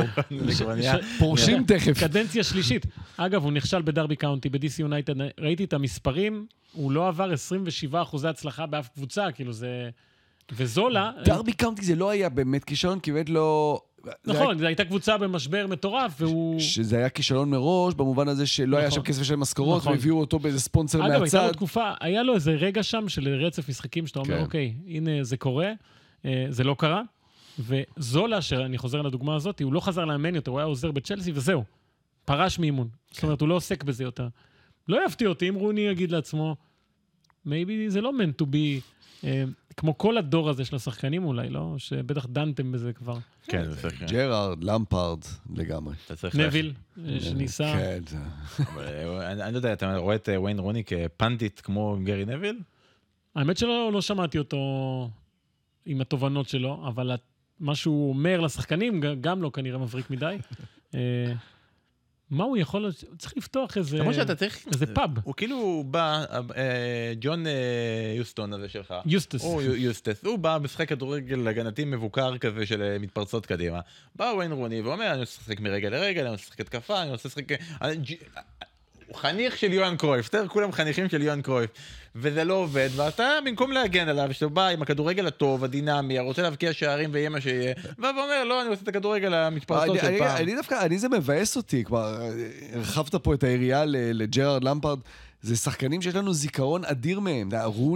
פורשים תכף. קדנציה שלישית. אגב, הוא נכשל בדרבי קאונטי, ב-DC יונייטד, ראיתי את המספרים, הוא לא עבר 27% הצלחה באף קבוצה, כאילו זה... וזולה... דרבי קאונטי זה לא היה באמת כישלון, כי באמת לא... נכון, זו הייתה קבוצה במשבר מטורף, והוא... שזה היה כישלון מראש, במובן הזה שלא היה שם כסף של משכורות, והביאו אותו באיזה ספונסר מהצד. אגב, הייתה לו תקופה, היה לו איזה רגע שם של רצף משחקים, שאתה אומר, אוקיי, הנה זה קורה, זה לא קרה, וזולה, שאני חוזר לדוגמה הזאת, הוא לא חזר לאמן יותר, הוא היה עוזר בצ'לסי, וזהו, פרש מאימון. זאת אומרת, הוא לא עוסק בזה יותר. לא יפתיע אותי, אם רוני יגיד לעצמו, maybe זה לא meant to be... כמו כל הדור הזה של השחקנים אולי, לא? שבטח דנתם בזה כבר. כן, זה צריך. ג'רארד, למפארד, לגמרי. נביל, שניסה. כן. אני לא יודע, אתה רואה את וויין רוני כפנדיט כמו גרי נביל? האמת שלא לא שמעתי אותו עם התובנות שלו, אבל מה שהוא אומר לשחקנים גם לא כנראה מבריק מדי. מה הוא יכול... צריך לפתוח איזה... למרות שאתה צריך... איזה פאב. הוא כאילו בא... ג'ון יוסטון הזה שלך. יוסטס. יוסטס. הוא בא משחק כדורגל הגנתי מבוקר כזה של מתפרצות קדימה. בא וויין רוני ואומר, אני רוצה לשחק מרגע לרגע, אני רוצה לשחק התקפה, אני רוצה לשחק... הוא חניך של יוהאן קרויף, כולם חניכים של יוהאן קרויף, וזה לא עובד, ואתה במקום להגן עליו, שאתה בא עם הכדורגל הטוב, הדינמי, רוצה להבקיע שערים ויהיה מה שיהיה, ואומר, לא, אני רוצה את הכדורגל המתפרצות של פעם. אני דווקא, זה מבאס אותי, כבר הרחבת פה את היריעה לג'רארד למפארד, זה שחקנים שיש לנו זיכרון אדיר מהם,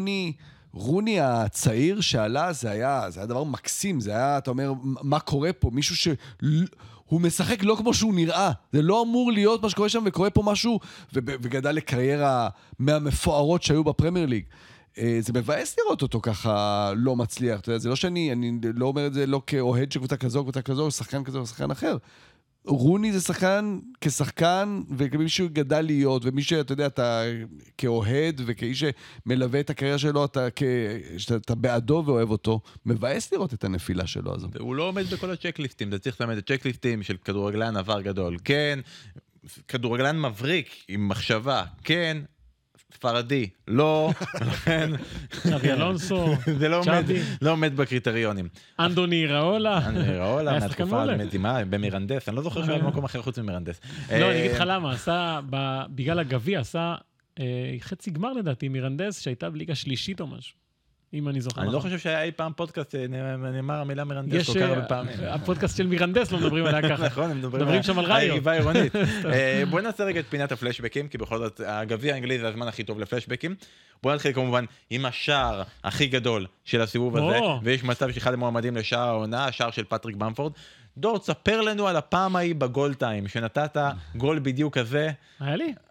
רוני הצעיר שעלה, זה היה דבר מקסים, זה היה, אתה אומר, מה קורה פה? מישהו הוא משחק לא כמו שהוא נראה, זה לא אמור להיות מה שקורה שם, וקורה פה משהו, וגדל לקריירה מהמפוארות שהיו בפרמייר ליג. זה מבאס לראות אותו ככה לא מצליח, אתה יודע, זה לא שאני לא אומר את זה לא כאוהד של קבוצה כזו, שחקן כזו או שחקן אחר. רוני זה שחקן כשחקן, וכמי שהוא גדל להיות, ומי שאתה יודע, אתה כאוהד, וכאיש שמלווה את הקריירה שלו, אתה בעדו ואוהב אותו, מבאס לראות את הנפילה שלו הזו. הוא לא עומד בכל הצ'קליסטים, אתה צריך ללמד את הצ'קליסטים של כדורגלן עבר גדול, כן, כדורגלן מבריק עם מחשבה, כן, ספרדי, לא, לכן... צ'אבי אלונסו, זה לא עומד בקריטריונים. אנדוני ראולה. מהתקופה המדהימה, במירנדס, אני לא זוכר שהיה במקום אחר חוץ ממירנדס. לא, אני אגיד לך למה, בגלל הגביע, עשה חצי גמר לדעתי, מירנדס, שהייתה בליגה שלישית או משהו. אם אני זוכר. אני לא חושב שהיה אי פעם פודקאסט, נאמר המילה מירנדס כל כך הרבה פעמים. הפודקאסט של מירנדס לא מדברים עליה ככה. נכון, הם מדברים שם על ראיו. היריבה העירונית. בואו נעשה רגע את פינת הפלשבקים, כי בכל זאת, הגביע האנגלי זה הזמן הכי טוב לפלשבקים. בואו נתחיל כמובן עם השער הכי גדול של הסיבוב הזה, ויש מצב שאחד המועמדים לשער העונה, השער של פטריק במפורד. דור, תספר לנו על הפעם ההיא בגול טיים, שנתת גול בדיוק כזה. היה לי?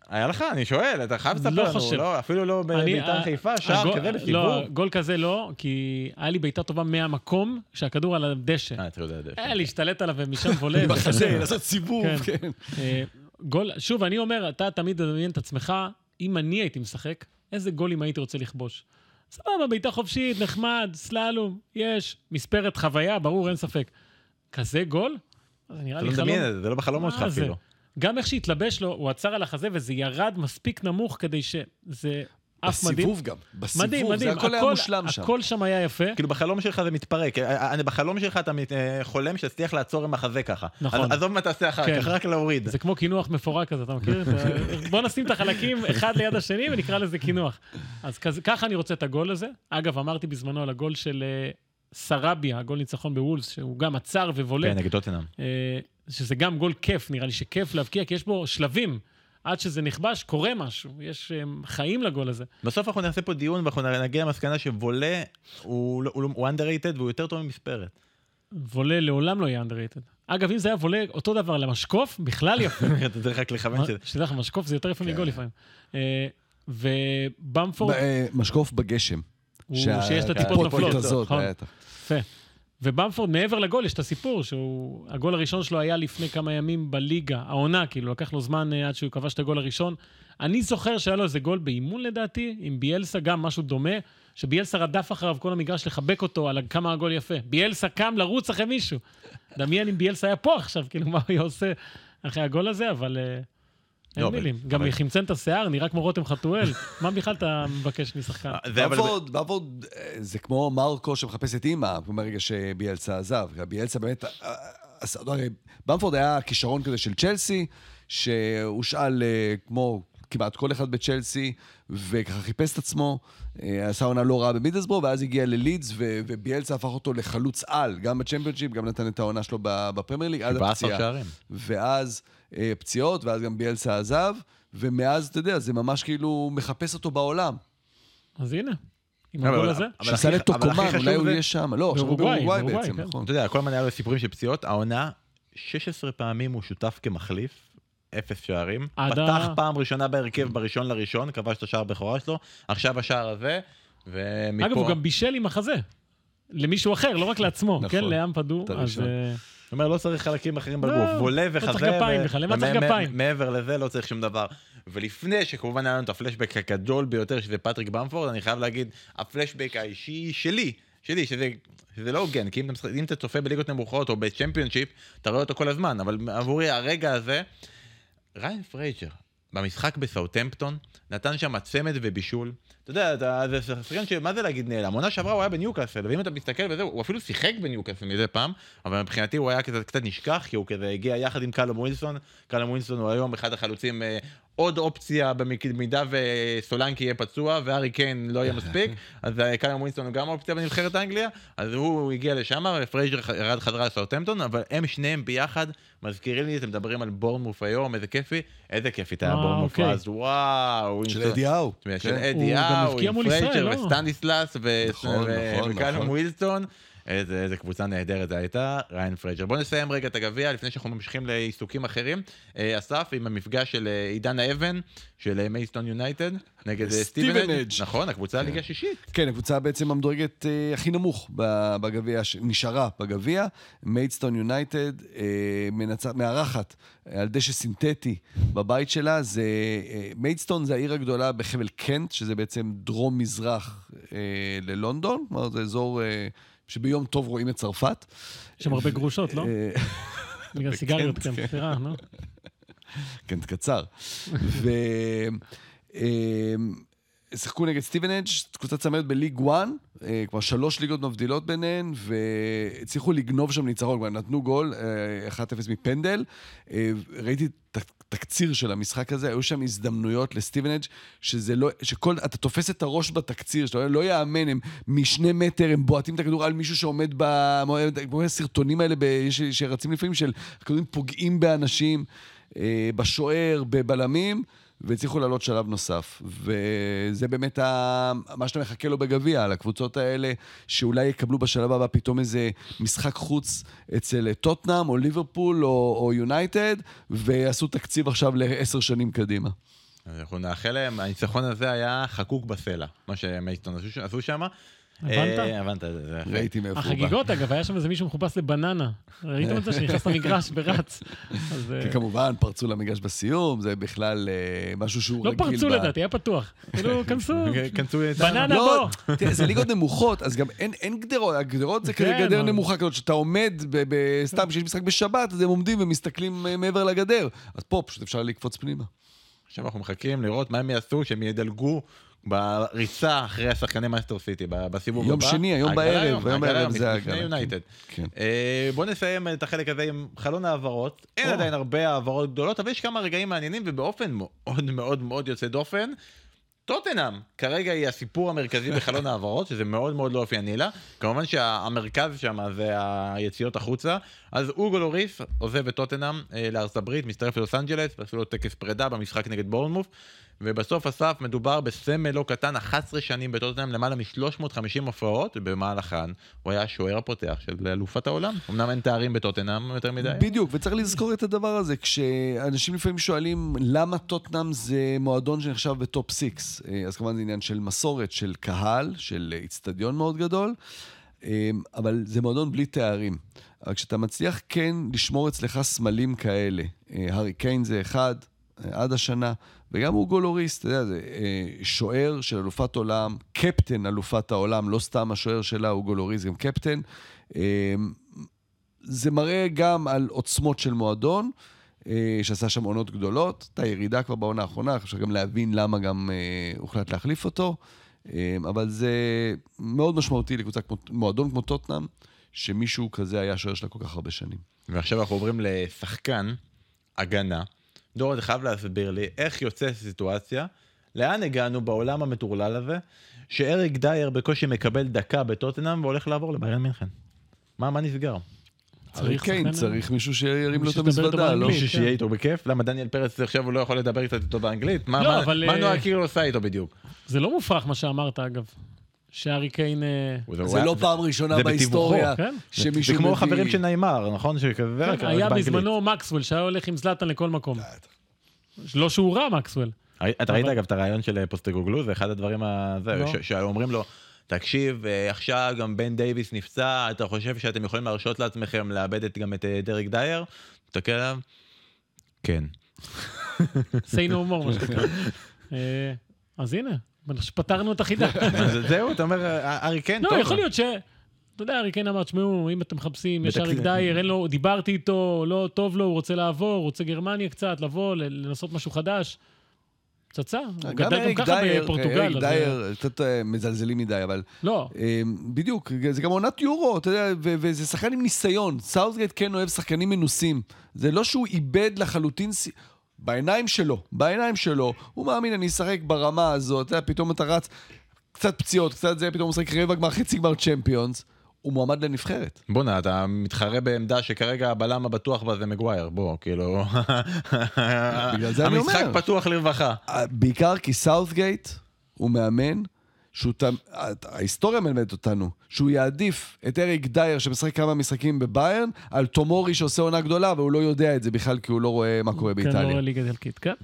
היה לך, אני שואל, אתה חייב לספר לא לנו, חושב. לא, אפילו לא בביתר חיפה, שער כזה בסיבוב. לא, גול כזה לא, כי היה לי בעיטה טובה מהמקום שהכדור על הדשא. אתה יודע, היה להשתלט עליו ומשם וולה. בחזה, לעשות סיבוב, כן. גול, שוב, אני אומר, אתה תמיד תדמיין את עצמך, אם אני הייתי משחק, איזה גולים הייתי רוצה לכבוש? סבבה, בעיטה חופשית, נחמד, סללום, יש, מספרת חוויה, ברור, אין ספק. כזה גול? זה נראה לי חלום. זה לא בחלומות שלך אפילו. גם איך שהתלבש לו, הוא עצר על החזה וזה ירד מספיק נמוך כדי שזה אף מדהים. בסיבוב גם, בסיבוב, מדהים, זה הכל היה מושלם שם. הכל שם היה יפה. כאילו בחלום שלך זה מתפרק, בחלום שלך אתה חולם שתצליח לעצור עם החזה ככה. נכון. עזוב מה תעשה אחר כך, רק להוריד. זה כמו כינוח מפורק כזה, אתה מכיר? בוא נשים את החלקים אחד ליד השני ונקרא לזה כינוח. אז ככה אני רוצה את הגול הזה. אגב, אמרתי בזמנו על הגול של סרביה, הגול ניצחון בוולס, שהוא גם עצר ובולט. כן, נגד טוטנהאם. שזה גם גול כיף, נראה לי שכיף להבקיע, כי יש בו שלבים. עד שזה נכבש, קורה משהו. יש חיים לגול הזה. בסוף אנחנו נעשה פה דיון, ואנחנו נגיע למסקנה שוולה הוא underrated, והוא יותר טוב ממספרת. וולה לעולם לא יהיה underrated. אגב, אם זה היה וולה אותו דבר למשקוף, בכלל יפה. אתה צריך רק לכוון שזה. שתדע לך, משקוף זה יותר יפה מגול לפעמים. ובמפורד... משקוף בגשם. שיש את הטיפות נופלות. יפה. ובמפורד, מעבר לגול, יש את הסיפור, הגול הראשון שלו היה לפני כמה ימים בליגה, העונה, כאילו, לקח לו זמן עד שהוא כבש את הגול הראשון. אני זוכר שהיה לו איזה גול באימון לדעתי, עם ביאלסה, גם משהו דומה, שביאלסה רדף אחריו כל המגרש לחבק אותו על כמה הגול יפה. ביאלסה קם לרוץ אחרי מישהו. דמיין אם ביאלסה היה פה עכשיו, כאילו, מה הוא עושה אחרי הגול הזה, אבל... אין מילים. גם חמצן את השיער, נראה כמו רותם חתואל. מה בכלל אתה מבקש משחקן? בעבוד, זה כמו מרקו שמחפש את אימא, ברגע שביאלסה עזב. ביאלסה באמת, במפורד היה כישרון כזה של צ'לסי, שהוא שאל כמו כמעט כל אחד בצ'לסי, וככה חיפש את עצמו, עשה עונה לא רעה במידלסבורו, ואז הגיע ללידס, וביאלסה הפך אותו לחלוץ על, גם בצ'מפיונשיפ, גם נתן את העונה שלו בפרמייר ליג, עד הפציעה. ואז פציעות, ואז גם ביאלסה עזב, ומאז, אתה יודע, זה ממש כאילו מחפש אותו בעולם. אז הנה, עם הגול הזה. שעשה לטוקומן, אולי הוא יהיה שם. לא, עכשיו הוא באורוגוואי בעצם, נכון. אתה יודע, כל הזמן היה לו סיפורים של פציעות, העונה 16 פעמים הוא שותף כמחליף, 0 שערים, פתח פעם ראשונה בהרכב בראשון לראשון, כבש את השער בכורה שלו, עכשיו השער הזה, ומפה... אגב, הוא גם בישל עם החזה, למישהו אחר, לא רק לעצמו, כן, לעם פדו, אז... זאת אומרת, לא צריך חלקים אחרים בגוף, וולה וחזה, לא צריך גפיים בכלל, למה צריך גפיים? מעבר לזה לא צריך שום דבר. ולפני שכמובן היה לנו את הפלשבק הגדול ביותר, שזה פטריק במפורד, אני חייב להגיד, הפלשבק האישי שלי, שזה לא הוגן, כי אם אתה צופה בליגות נמוכות או בצ'מפיונשיפ, אתה רואה אותו כל הזמן, אבל עבורי הרגע הזה, ריין פרייג'ר, במשחק בסאוטהמפטון, נתן שם צמד ובישול. אתה יודע, זה שחקן שמה זה להגיד נעלם? העונה שעברה הוא היה בניוקאסל, ואם אתה מסתכל וזה, הוא אפילו שיחק בניוקאסל מזה פעם, אבל מבחינתי הוא היה קצת נשכח, כי הוא כזה הגיע יחד עם קלום ווילסון. קלום ווילסון הוא היום אחד החלוצים, עוד אופציה במידה וסולנקי יהיה פצוע, והארי קיין לא יהיה מספיק, אז קלום ווילסון הוא גם אופציה בנבחרת האנגליה, אז הוא הגיע לשם, ופרייג'ר ירד חזרה לסאוטהמפטון, אבל הם שניהם ביחד מזכירים לי, אתם מדברים על בורנמוף היום, איזה כיפי היה בורנמוף אז, וואו. של אדיהו. של אדיהו, עם פרייג'ר וסטניסלס וקלום ווילסון. איזה קבוצה נהדרת זה הייתה, ריין פרייג'ר. בואו נסיים רגע את הגביע, לפני שאנחנו ממשיכים לעיסוקים אחרים. אסף, עם המפגש של עידן האבן, של מיידסטון יונייטד, נגד סטיבנג'. נכון, הקבוצה הליגה השישית. כן, הקבוצה בעצם המדורגת הכי נמוך בגביע, נשארה בגביע. מיידסטון יונייטד מארחת על דשא סינתטי בבית שלה. מיידסטון זה העיר הגדולה בחבל קנט, שזה בעצם דרום-מזרח ללונדון. כלומר, זה אזור... שביום טוב רואים את צרפת. יש שם הרבה גרושות, לא? בגלל סיגריות, כן, בחירה, לא? כן, קצר. שחקו נגד סטיבנג', קבוצה צמרת בליג 1, כבר 3 ליגות מבדילות ביניהן, והצליחו לגנוב שם ניצחון, נתנו גול, 1-0 מפנדל, ראיתי תקציר של המשחק הזה, היו שם הזדמנויות לסטיבנג' אתה תופס את הראש בתקציר, שאתה לא יאמן, הם מ2 מטר, הם בועטים את הכדור על מישהו שעומד בסרטונים האלה, שרצים לפעמים של הכדורים פוגעים באנשים, בשוער, בבלמים, והצליחו לעלות שלב נוסף. וזה באמת מה שאתה מחכה לו בגביע, על הקבוצות האלה, שאולי יקבלו בשלב הבא פתאום איזה משחק חוץ אצל טוטנהאם, או ליברפול, או יונייטד, ועשו תקציב עכשיו ל10 שנים קדימה. אז אנחנו נאחל להם, הניצחון הזה היה חקוק בסלע, מה שמייסטון עשו שם. הבנת? הבנת, זה יפה. ראיתי מאיפה הוא בא. החגיגות, אגב, היה שם איזה מישהו מחופש לבננה. ראיתם את זה שנכנס למגרש ורץ? אז, כי כמובן, פרצו למגרש בסיום, זה בכלל משהו שהוא לא רגיל. פרצו לדעתי, היה פתוח. כאילו, כנסו, את בננה לא, בוא. תראה, זה ליגות נמוכות, אז גם אין גדרות, הגדרות זה כזה כן, גדר אבל- נמוכה כזאת, שאתה עומד סתם כשיש משחק בשבת, אז הם עומדים ומסתכלים מעבר לגדר. אז פה פשוט אפשר לקפוץ פנימה. עכשיו אנחנו מחכים לראות מה הם יעשו, שהם ידלגו בריצה אחרי השחקני מאסטר סיטי, בסיבוב הבא. יום שני, היום בערב, היום בערב זה לפני ההגרלה. יונייטד. כן. בואו נסיים את החלק הזה עם חלון העברות. אין עדיין הרבה העברות גדולות, אבל יש כמה רגעים מעניינים, ובאופן מאוד מאוד מאוד יוצא דופן. טוטנהאם, כרגע היא הסיפור המרכזי בחלון העברות, שזה מאוד מאוד לא אופייני לה. כמובן שהמרכז שם זה היציאות החוצה. אז אוגו לוריס עוזב את טוטנהאם לארצות הברית, מצטרף ללוס אנג'לס, ועשו לו טקס פרידה במשחק נגד בורנמוף. ובסוף הסף מדובר בסמל לא קטן, 11 שנים בטוטנהאם, למעלה מ-350 הופעות, במהלכן הוא היה השוער הפותח של אלופת העולם. אמנם אין תארים בטוטנהאם יותר מדי. בדיוק, וצריך לזכור את הדבר הזה, כשאנשים לפעמים שואלים למה טוטנהאם זה מועדון שנחשב בטופ 6, אז כמובן זה עניין של מסורת, של קהל, של אצטדיון מאוד גדול, אבל זה מועדון בלי תארים. אבל כשאתה מצליח כן לשמור אצלך סמלים כאלה, הארי קיין זה אחד, עד השנה, וגם אוגו לוריס, אתה יודע, זה שוער של אלופת עולם, קפטן אלופת העולם, לא סתם השוער שלה, אוגו לוריס, גם קפטן. זה מראה גם על עוצמות של מועדון, שעשה שם עונות גדולות, הייתה ירידה כבר בעונה האחרונה, אפשר גם להבין למה גם הוחלט להחליף אותו, אבל זה מאוד משמעותי לקבוצה כמו מועדון כמו טוטנהאם, שמישהו כזה היה שוער שלה כל כך הרבה שנים. ועכשיו אנחנו עוברים לשחקן הגנה. דור, אתה חייב להסביר לי איך יוצא סיטואציה, לאן הגענו בעולם המטורלל הזה, שאריק דייר בקושי מקבל דקה בטוטנהאם והולך לעבור לביירן מינכן. מה נסגר? הארי קיין צריך מישהו שירים לו את מישהו שתדבר איתו המזוודה, לא? באנגלית. מישהו שיהיה איתו בכיף? למה דניאל פרץ עכשיו הוא לא יכול לדבר קצת איתו באנגלית? מה נועה קירל עושה איתו בדיוק? זה לא מופרך מה שאמרת, אגב. שהארי קיין... זה לא פעם ראשונה זה בהיסטוריה כן. שמישהו זה כמו החברים של ניימר, נכון? שכזה רק היה באנגלית. בזמנו מקסוול, שהיה הולך עם זלאטן לכל מקום. לא שהוא רע, מקסוול. אתה ראית אגב את הרעיון של פוסטגוגלו? זה אחד הדברים שאומרים לו, תקשיב, עכשיו גם בן דייביס נפצע, אתה חושב שאתם יכולים להרשות לעצמכם לאבד גם את דריק דייר? תסתכל עליו? כן. say no more, מה שנקרא. אז הנה, פתרנו את החידה. זהו, אתה אומר, ארי קיין, לא, טוב. יכול להיות אתה יודע, ארי קיין אמר, תשמעו, אם אתם מחפשים, יש אריק דייר, אין לו, דיברתי איתו, לא טוב לו, הוא רוצה לעבור, הוא רוצה גרמניה קצת, לבוא, לנסות משהו חדש. פצצה, הוא גדל גם ככה בפורטוגל. אריק דייר, קצת מזלזלים מדי, אבל... לא. בדיוק, זה גם עונת יורו, אתה יודע, וזה שחקן עם ניסיון. סאות'גייט כן אוהב שחקנים מנוסים. זה לא שהוא איבד לחלוטין... בעיניים שלו, הוא מאמין, אני אשחק ברמה הזאת, פתאום אתה רץ, קצת פציעות, קצת זה, פתאום הוא משחק רבע גמר, חצי גמר צ'מפיונס, הוא מועמד לנבחרת. בונה, אתה מתחרה בעמדה שכרגע הבלם הבטוח בה זה מגווייר, בוא, כאילו... בגלל זה אני אומר. המשחק פתוח לרווחה. בעיקר כי סאות'גייט הוא מאמן, ההיסטוריה מלמדת אותנו, שהוא יעדיף את אריק דייר שמשחק כמה משחקים בביירן, על תומורי שעושה עונה גדולה, והוא לא יודע את זה בכלל, כי הוא לא רואה מה קורה באיטליה. כן, לא רואה ליגה איטלקית, כן.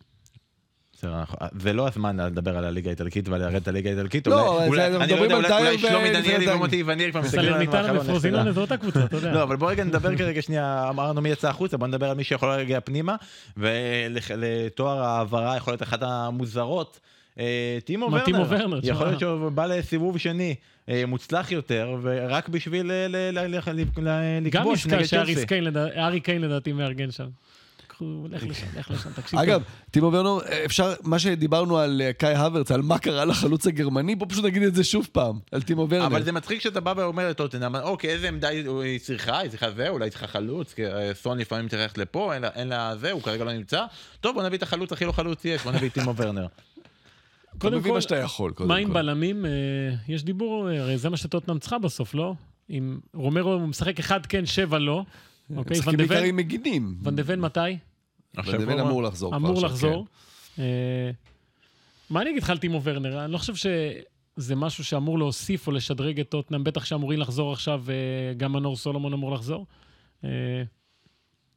זה לא הזמן לדבר על הליגה האיטלקית ועל לרדת הליגה האיטלקית. לא, מדברים על דייר אולי שלומי דניאלי ומוטי וניר כבר מסתכלים עלינו סלרניטנה מהחלון. ופרוזינון, זו אותה קבוצה, אתה יודע. לא, אבל בוא רגע נדבר כרגע שנייה, אמרנו מי יצא החוצה, בוא נדבר על מי שיכול להגיע פנימה, ולתואר העברה יכול להיות אחת המוזרות. טימו ורנר, יכול להיות שהוא בא לסיבוב שני מוצלח יותר, ורק בשביל גם לקבוש נגד עסקה צ'לסי. שהארי קיין לדעתי מארגן שם. לך לשם, תקשיב. אגב, טימו ורנר, אפשר, מה שדיברנו על קאי הוורץ, על מה קרה לחלוץ הגרמני, בוא פשוט נגיד את זה שוב פעם, על טימו ורנר. אבל זה מצחיק שאתה בא ואומר לטוטנהאם, אוקיי, איזה עמדה היא צריכה? היא צריכה זה, אולי צריכה חלוץ, כי סון לפעמים צריך ללכת לפה, אין לה זה, הוא כרגע לא נמצא. טוב, בוא נביא את החלוץ, הכי לא חלוץ יש, בוא נביא את טימו ורנר. קודם כל, מה שאתה יכול, קודם כל. מה עם בלמים? יש דיבור, הרי זה מה שטוטנהאם צריכה בסוף, לא? אם רומרו משחק אחד כן, 7 לא. אוקיי, משחקים בעיקרים מגינים. ון דה ון מתי? ון דה ון אמור לחזור. אמור לחזור. מה אני אגיד לך על טימו ורנר? אני לא חושב שזה משהו שאמור להוסיף או לשדרג את טוטנהאם, בטח שאמורים לחזור עכשיו, גם מנור סולומון אמור לחזור.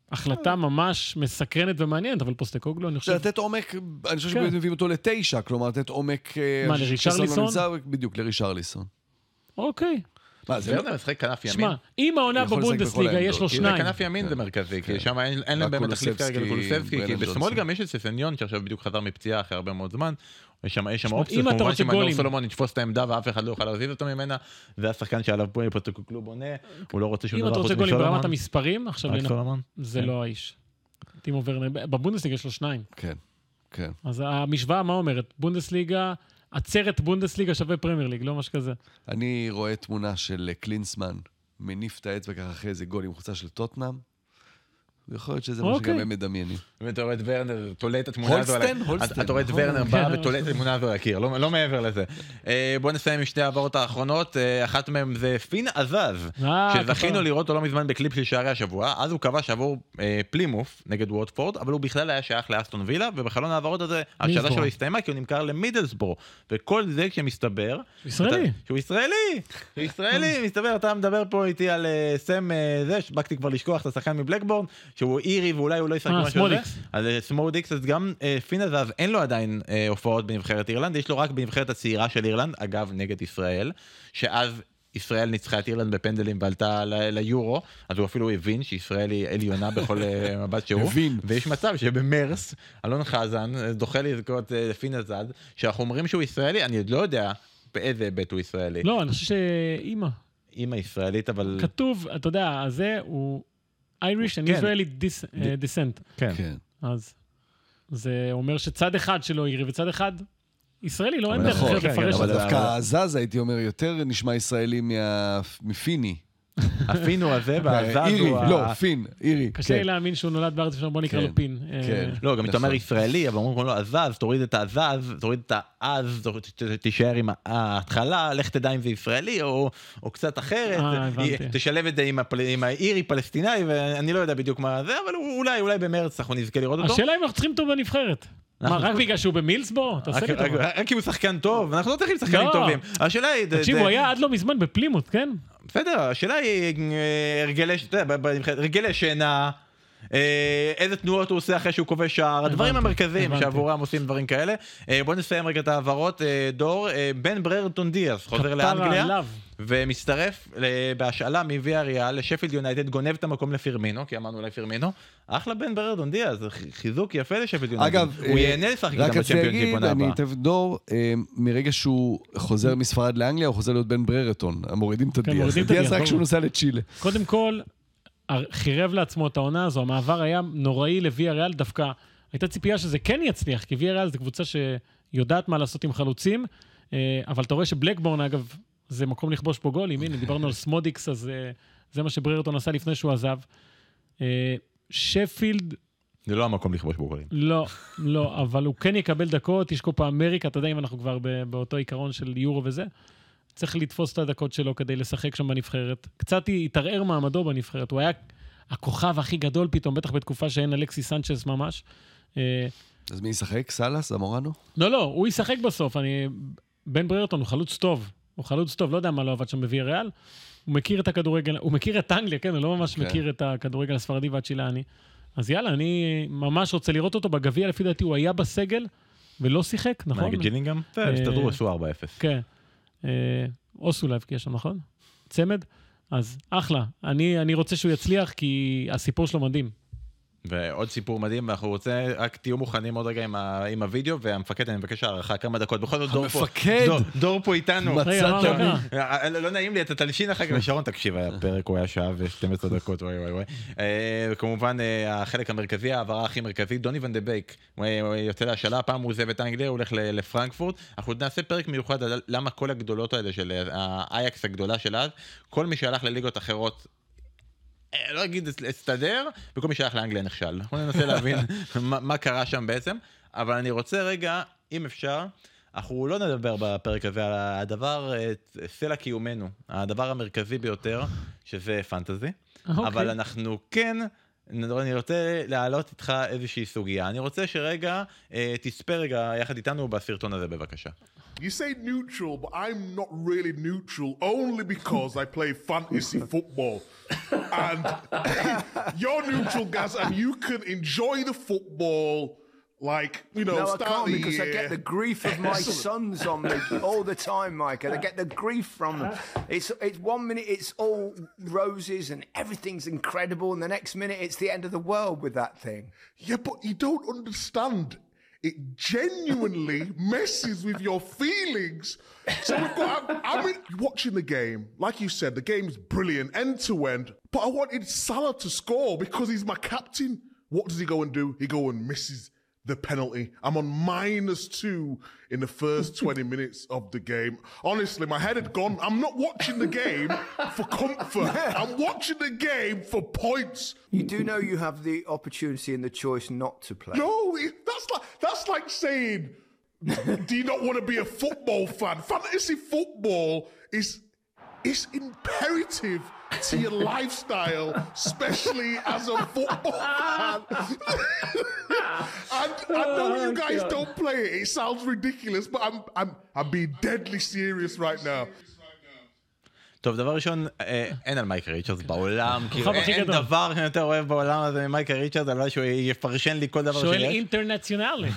החלטה ממש מסקרנת ומעניינת, אבל פוסטקוגלו, אני חושב... לתת עומק, אני חושב שבאמת מביאים אותו ל9, כלומר, לתת עומק... מה, לרישרליסון? בדיוק, לרישרליסון. אוקיי. ורנר משחק כנף ימין. שמע, אם העונה בבונדסליגה יש לו 2. כנף ימין זה מרכזי, כי שם אין להם באמת תחליף כרגע לקולוסבסקי, כי בשמאל גם יש את ססניון, שעכשיו בדיוק חזר מפציעה אחרי הרבה מאוד זמן. יש שם אופציות, כמובן שמנור סולומון יתפוס את העמדה ואף אחד לא יוכל להזיז אותו ממנה, זה השחקן שעליו פוסטקוגלו בונה, הוא לא רוצה שום דבר חוץ אם אתה רוצה גולים ברמת המספרים, עכשיו זה לא האיש. טימו ורנר, בבונדסליגה יש לו 2. כן, כן. אז המשוואה מה אומרת? בונדסליגה, עצרת בונדסליגה שווה פרמייר ליג, לא משהו כזה. אני רואה תמונה של קלינסמן, מניף את האצבע ככה אחרי איזה גול עם חולצה של טוטנאם, ויכול להיות שזה מה שגם הם מדמיינים. ואתה רואה את ורנר, תולה את התמונה הזו, הולסטן. אתה רואה את ורנר בא ותולה את התמונה הזו לקיר, לא מעבר לזה. בוא נסיים עם שתי העברות האחרונות, אחת מהן זה פין עזז, שזכינו לראות אותו לא מזמן בקליפ של שערי השבוע, אז הוא כבש עבור פלימוף נגד ווטפורד, אבל הוא בכלל היה שייך לאסטון וילה, ובחלון העברות הזה, השאלה שלו הסתיימה, כי הוא נמכר למידלסבורו, וכל זה כשמסתבר... שהוא ישראלי, מסתבר, אתה מדבר פה איתי על סם זה, שבקתי כבר לשכוח את השחקן מבלקבורן, שהוא אירי ואולי הוא לא ישחק משהו הזה. אז סמודיקס, אז גם פין עזז, אין לו עדיין הופעות בנבחרת אירלנד, יש לו רק בנבחרת הצעירה של אירלנד, אגב נגד ישראל, שאז ישראל ניצחה את אירלנד בפנדלים ועלתה ליורו, אז הוא אפילו הבין שישראל היא עליונה בכל מבט שהוא, ויש מצב שבמרס, אלון חזן דוחה לזכות פין עזז, שאנחנו אומרים שהוא ישראלי, אני עוד לא יודע באיזה היבט הוא ישראלי. לא, אני חושב שאימא. אימא ישראלית, אבל... כתוב, אתה יודע, הזה הוא... Irish and Israeli descent. כן. אז זה אומר שצד אחד שלו אירי וצד אחד ישראלי, לא אין דרך אחרת לפרש את אבל זה. דווקא עזז, הייתי אומר, יותר נשמע ישראלי מפיני. הפינו הזה והעזז הוא... אירי, לא, פין, אירי. קשה לי להאמין שהוא נולד בארץ, בוא נקרא לו פין. לא, גם אתה אומר ישראלי, אבל אומרים לו עזז, תוריד את העזז, תוריד את העז, תישאר עם ההתחלה, לך תדע אם זה ישראלי או קצת אחרת, תשלב את זה עם האירי פלסטיני, ואני לא יודע בדיוק מה זה, אבל אולי במרץ אנחנו נזכה לראות אותו. השאלה אם אנחנו צריכים אותו בנבחרת. מה, רק בגלל שהוא במילסבורו? תעשה לי טוב. רק כי הוא שחקן טוב, אנחנו לא צריכים שחקנים טובים. השאלה היא... תקשיב, הוא היה עד לא מזמן בפלימות, כן? בסדר, השאלה היא הרגלי שינה, איזה תנועות הוא עושה אחרי שהוא כובש שער, הדברים המרכזיים שעבורם עושים דברים כאלה. בואו נסיים רגע את העברות. דור, בן בררטון דיאז חוזר לאנגליה ומצטרף בהשאלה מוויאריאל לשפילד יונייטד, גונב את המקום לפירמינו, כי אמרנו אולי פירמינו, אחלה בן בררטון דיאז, חיזוק יפה לשפילד יונייטד. אגב, הוא ייהנה לשחק איתם בצ'מפיונשיפ עונה הבאה. אני אתן דור, מרגע שהוא חוזר מספרד לאנגליה, הוא חוזר להיות בן בררטון, מורידים את הדיאז. דיאז רק כשהוא נוסע לצ'ילה. קודם כל, חירב לעצמו את העונה הזו, המעבר היה נוראי לוויאריאל, דווקא הייתה ציפייה שזה כן יצליח, כי ויאריאל זו קבוצה שיודעת מה לעשות עם חלוצים, אבל אתה רואה שבלקבורן, אגב, זה מקום לכבוש פה גולים, הנה, דיברנו על סמודיקס, אז זה מה שבררטון עשה לפני שהוא עזב. שפילד... זה לא המקום לכבוש פה גולים. לא, אבל הוא כן יקבל דקות, יש קופה אמריקה, אתה יודע אם אנחנו כבר באותו עיקרון של יורו וזה, צריך לתפוס את הדקות שלו כדי לשחק שם בנבחרת. קצת התערער מעמדו בנבחרת, הוא היה הכוכב הכי גדול פתאום, בטח בתקופה שאין אלכסי סנצ'ז ממש. אז מי ישחק? סלאס, אמורנו? לא, הוא ישחק בסוף. בן בררטון הוא חלוץ טוב, לא יודע מה לא עבד שם בוויאריאל, הוא מכיר את הכדורגל, הוא מכיר את אנגליה, כן, הוא לא ממש מכיר את הכדורגל הספרדי והצ'ילאני. אז יאללה, אני ממש רוצה לראות אותו בגביע, לפי דעתי הוא היה בסגל ולא שיחק, נכון? נגד ג'ילינגהאם? הסתדרו, עשו 4-0. כן. אוסו להבקיע שם, נכון? צמד? אז אחלה. אני רוצה שהוא יצליח, כי הסיפור שלו מדהים. ועוד סיפור מדהים, אנחנו רוצים, רק תהיו מוכנים עוד רגע עם הוידאו, והמפקד, אני מבקש הערכה כמה דקות. בכל זאת, דור פה איתנו. לא נעים לי, אתה תלשין אחר כך לשרון, תקשיב, הפרק הוא היה שעה ו12 דקות, וואי. כמובן, החלק המרכזי, העברה הכי מרכזית, דוני ון דה בייק, הוא יוצא להשאלה, פעם הוא עוזב את אנגליה, הוא הולך לפרנקפורט. אנחנו נעשה פרק מיוחד על למה כל הגדולות האלה של האייקס הגדולה של אז, כל מי שהלך לליגות אחרות לא אגיד להסתדר, וכל מי שהלך לאנגליה נכשל. אנחנו ננסה להבין מה קרה שם בעצם, אבל אני רוצה רגע, אם אפשר, אנחנו לא נדבר בפרק הזה על הדבר, סלע קיומנו, הדבר המרכזי ביותר, שזה פנטזי, אבל אנחנו כן, אני רוצה להעלות איתך איזושהי סוגיה. אני רוצה שרגע, תספר רגע יחד איתנו בסרטון הזה בבקשה. You say neutral, but I'm not really neutral only because I play fantasy football. And you're neutral, Gaz, and you can enjoy the football like, you know, No, I start can't the because year. I get the grief of my sons on me all the time, Mike, and I get the grief from them. It's 1 minute it's all roses and everything's incredible, and the next minute it's the end of the world with that thing. Yeah, but you don't understand. It genuinely messes with your feelings. So I'm watching the game. Like you said, the game's brilliant, end to end. But I wanted Salah to score because he's my captain. What does he go and do? He go and misses the penalty. I'm on -2 in the first 20 minutes of the game. Honestly, my head had gone. I'm not watching the game for comfort. I'm watching the game for points. You do know you have the opportunity and the choice not to play. No, that's like saying, do you not want to be a football fan? Fantasy football is imperative to your lifestyle, especially as a football fan. And I know you guys don't play it. It sounds ridiculous, but I'm being deadly serious right now. טוב, דבר ראשון, אין על מייקל ריצ'רדס בעולם, כאילו הכי אין גדול. דבר שאני יותר אוהב בעולם הזה ממייקל ריצ'רדס, אבל שהוא יפרשן לי כל דבר שואל שיש. אינטרנציונלי.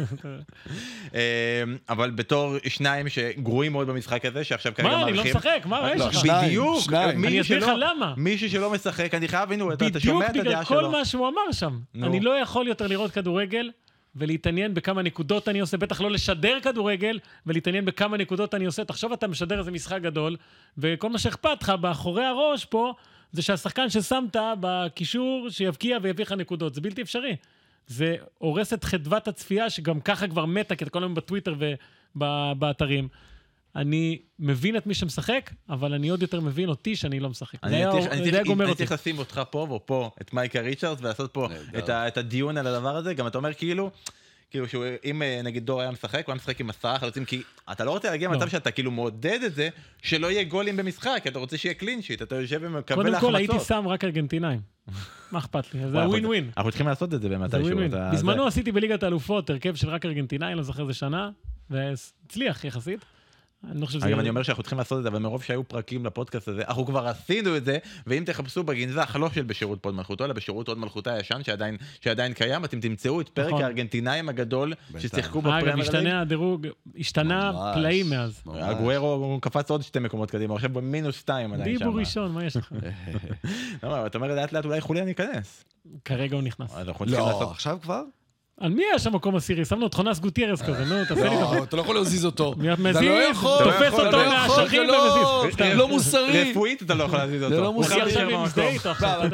אבל בתור שניים שגרועים מאוד במשחק הזה, שעכשיו כרגע מה, מערכים... אני לא משחק, מה יש לך? בדיוק, אני אסביר לך למה. מישהו שלא משחק, אני חייב, הנה, אתה בדיוק שומע את בגלל הדעה שלו. כל מה שהוא אמר שם. אני לא יכול יותר לראות כדורגל ולהתעניין בכמה נקודות אני עושה, בטח לא לשדר כדורגל ולהתעניין בכמה נקודות אני עושה. תחשוב, אתה משדר איזה משחק גדול, וכל מה שאכפת לך באחורי הראש פה, זה שהשחקן ששמת בקישור שיבקיע ויביא לך נקודות. זה בלתי אפשרי. זה הורס את חדוות הצפייה, שגם ככה כבר מתה, כי אתה כל היום בטוויטר ובאתרים. אני מבין את מי שמשחק, אבל אני עוד יותר מבין אותי שאני לא משחק. אני צריך לשים אותך פה ופה, את מייקל ריצ'רדס, ולעשות פה את הדיון על הדבר הזה. גם אתה אומר כאילו אם נגיד דור היה משחק, הוא היה משחק עם 10 חלוצים, כי אתה לא רוצה להגיע למצב שאתה כאילו מעודד את זה, שלא יהיה גולים במשחק, כי אתה רוצה שיהיה קלין שיט, אתה יושב ומקבל להחמצות. קודם כל הייתי שם רק ארגנטינאים. מה אכפת לי? זה ווין ווין. אנחנו צריכים לעשות את זה במתישהו. בזמנו עשיתי בליגת האלופות, הרכב של רק ארגנטינאים, לא זוכר זה שנה, והצליח יחסית. אגב, אני אומר שאנחנו צריכים לעשות את זה, אבל מרוב שהיו פרקים לפודקאסט הזה, אנחנו כבר עשינו את זה, ואם תחפשו בגנזך, לא של בשירות פוד מלכותו, אלא בשירות עוד מלכותה הישן, שעדיין קיים, אתם תמצאו את פרק הארגנטינאים הגדול, ששיחקו בפרמייר ליג. השתנה הדירוג, השתנה פלאים מאז. הגוארו קפץ עוד 2 מקומות קדימה, עכשיו ב-2- עדיין שם. דיבו ראשון, מה יש לך? אתה אומר, לאט לאט אולי חוליאן ייכנס. כרגע הוא נכנס. לא, עכשיו כבר? על מי היה שם מקום עשירי? שמנו את חונס גוטיירס כזה, נו, תעשה לי לא, אתה לא יכול להזיז אותו. מזיז, תופס אותו מהשכים ומזיז. לא מוסרי. רפואית אתה לא יכול להזיז אותו. זה לא מוסרי. הוא עכשיו מזדהה איתו עכשיו.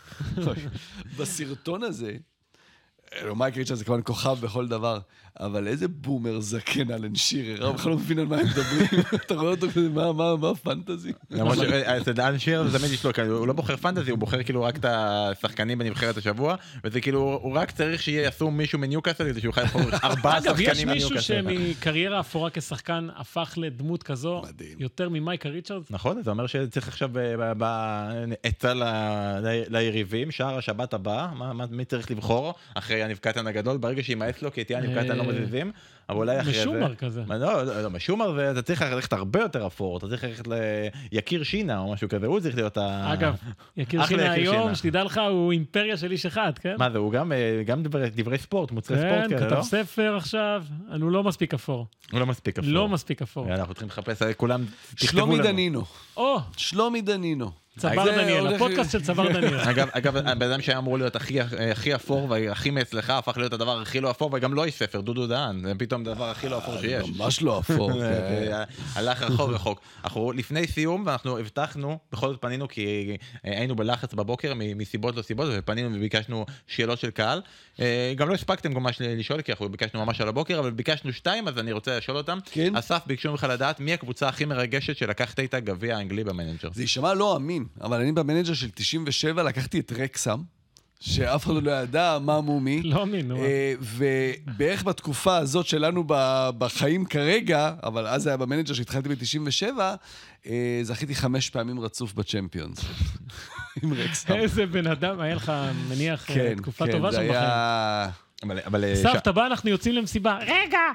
בסרטון הזה, מייקל ריצ'רדס זה כמובן כוכב בכל דבר, אבל איזה בומר זקן אלן שירר, אני בכלל לא מבין על מה הם מדברים, אתה רואה אותו כזה, מה הפנטזי? למרות אלן שירר זה תמיד יש לו, הוא לא בוחר פנטזי, הוא בוחר כאילו רק את השחקנים בנבחרת השבוע, וזה כאילו, הוא רק צריך שיעשו מישהו מניוקאסל, כדי שהוא יוכל לבחור 4 שחקנים מניוקאסל. אגב, יש מישהו שמקריירה אפורה כשחקן הפך לדמות כזו, יותר ממייקל ריצ'רדס? נכון, זה אומר שצריך עכשיו בעצה ליריבים, שער השבת הבא, מי צריך לבחור אחרי הנבקתן הגדול, ברגע שימאס לו, כי תהיה הנבקתן לא מזיזים, אבל אולי אחרי זה... משומר כזה. לא, משומר אתה צריך ללכת הרבה יותר אפור, אתה צריך ללכת ליקיר שינה או משהו כזה, הוא צריך להיות אגב, יקיר שינה היום, שתדע לך, הוא אימפריה של איש אחד, כן? מה זה, הוא גם דברי ספורט, מוצרי ספורט כאלה, לא? כן, כתב ספר עכשיו, הוא לא מספיק אפור. הוא לא מספיק אפור. לא מספיק אפור. אנחנו צריכים לחפש, כולם תכתבו לנו. שלומי דנינו. שלומי דנינו. צבר דניאל, הפודקאסט של צבר דניאל. אגב, בן שהיה אמור להיות הכי אפור והכי מאצלך, הפך להיות הדבר הכי לא אפור, וגם לא יש ספר, דודו דהן, זה פתאום הדבר הכי לא אפור שיש. ממש לא אפור. הלך רחוק. אנחנו לפני סיום, ואנחנו הבטחנו, בכל זאת פנינו, כי היינו בלחץ בבוקר, מסיבות לא סיבות, ופנינו וביקשנו שאלות של קהל. גם לא הספקתם ממש לשאול, כי אנחנו ביקשנו ממש על הבוקר, אבל ביקשנו 2, אז אני רוצה לשאול אותם. אסף, ביקשו ממך לדעת, מי הקבוצה הכי מרגשת שלקחת איתה גביע האנגלי במנג'ר? זה יישמע לא אמין, אבל אני במנג'ר של 97 לקחתי את רקסם, שאף אחד לא ידע מה מומי. לא אמין, נו. ובערך בתקופה הזאת שלנו בחיים כרגע, אבל אז היה במנג'ר שהתחלתי ב-97, זכיתי 5 פעמים רצוף בצ'מפיונס. עם רקסם. איזה בן אדם, היה לך מניח תקופה טובה שם בחיים. כן, סבתא בא, אנחנו יוצאים למסיבה. רגע!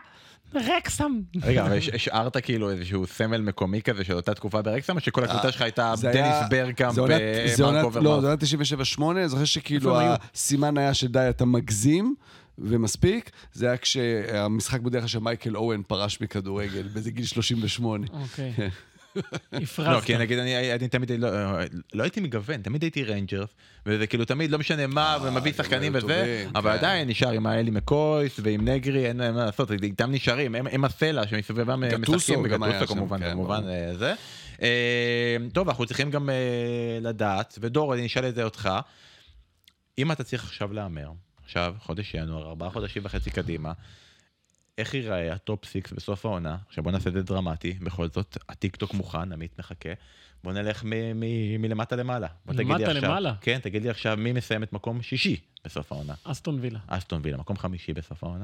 רקסם. רגע, אבל השארת כאילו איזשהו סמל מקומי כזה של אותה תקופה ברקסם, או שכל הקבוצה שלך הייתה דניס ברקאמפ ומרק אוברמארק? לא, זה היה 97-8, אני זוכר שכאילו הסימן היה שדי אתה מגזים, ומספיק, זה היה כשהמשחק בדרך כלל שמייקל אוהן פרש מכדורגל, באיזה גיל 38. אוקיי. לא, כי נגיד, אני תמיד לא הייתי מגוון, תמיד הייתי ריינג'רס, וזה כאילו תמיד לא משנה מה, ומביא שחקנים וזה, אבל עדיין נשאר עם האלי מקויס ועם נגרי, אין מה לעשות, איתם נשארים, הם הסלע שמסביבם משחקים, בגטוסו כמובן זה. טוב, אנחנו צריכים גם לדעת, ודור, אני אשאל את זה אותך, אם אתה צריך עכשיו לאמר, עכשיו, חודש ינואר, 4 חודשים וחצי קדימה, איך ייראה הטופ 6 בסוף העונה? עכשיו בוא נעשה את זה דרמטי, בכל זאת, הטיק-טוק מוכן, עמית מחכה, בוא נלך מלמטה למעלה. מלמטה למעלה? כן, תגיד לי עכשיו מי מסיים את מקום 6 בסוף העונה. אסטון וילה. אסטון וילה, מקום 5 בסוף העונה.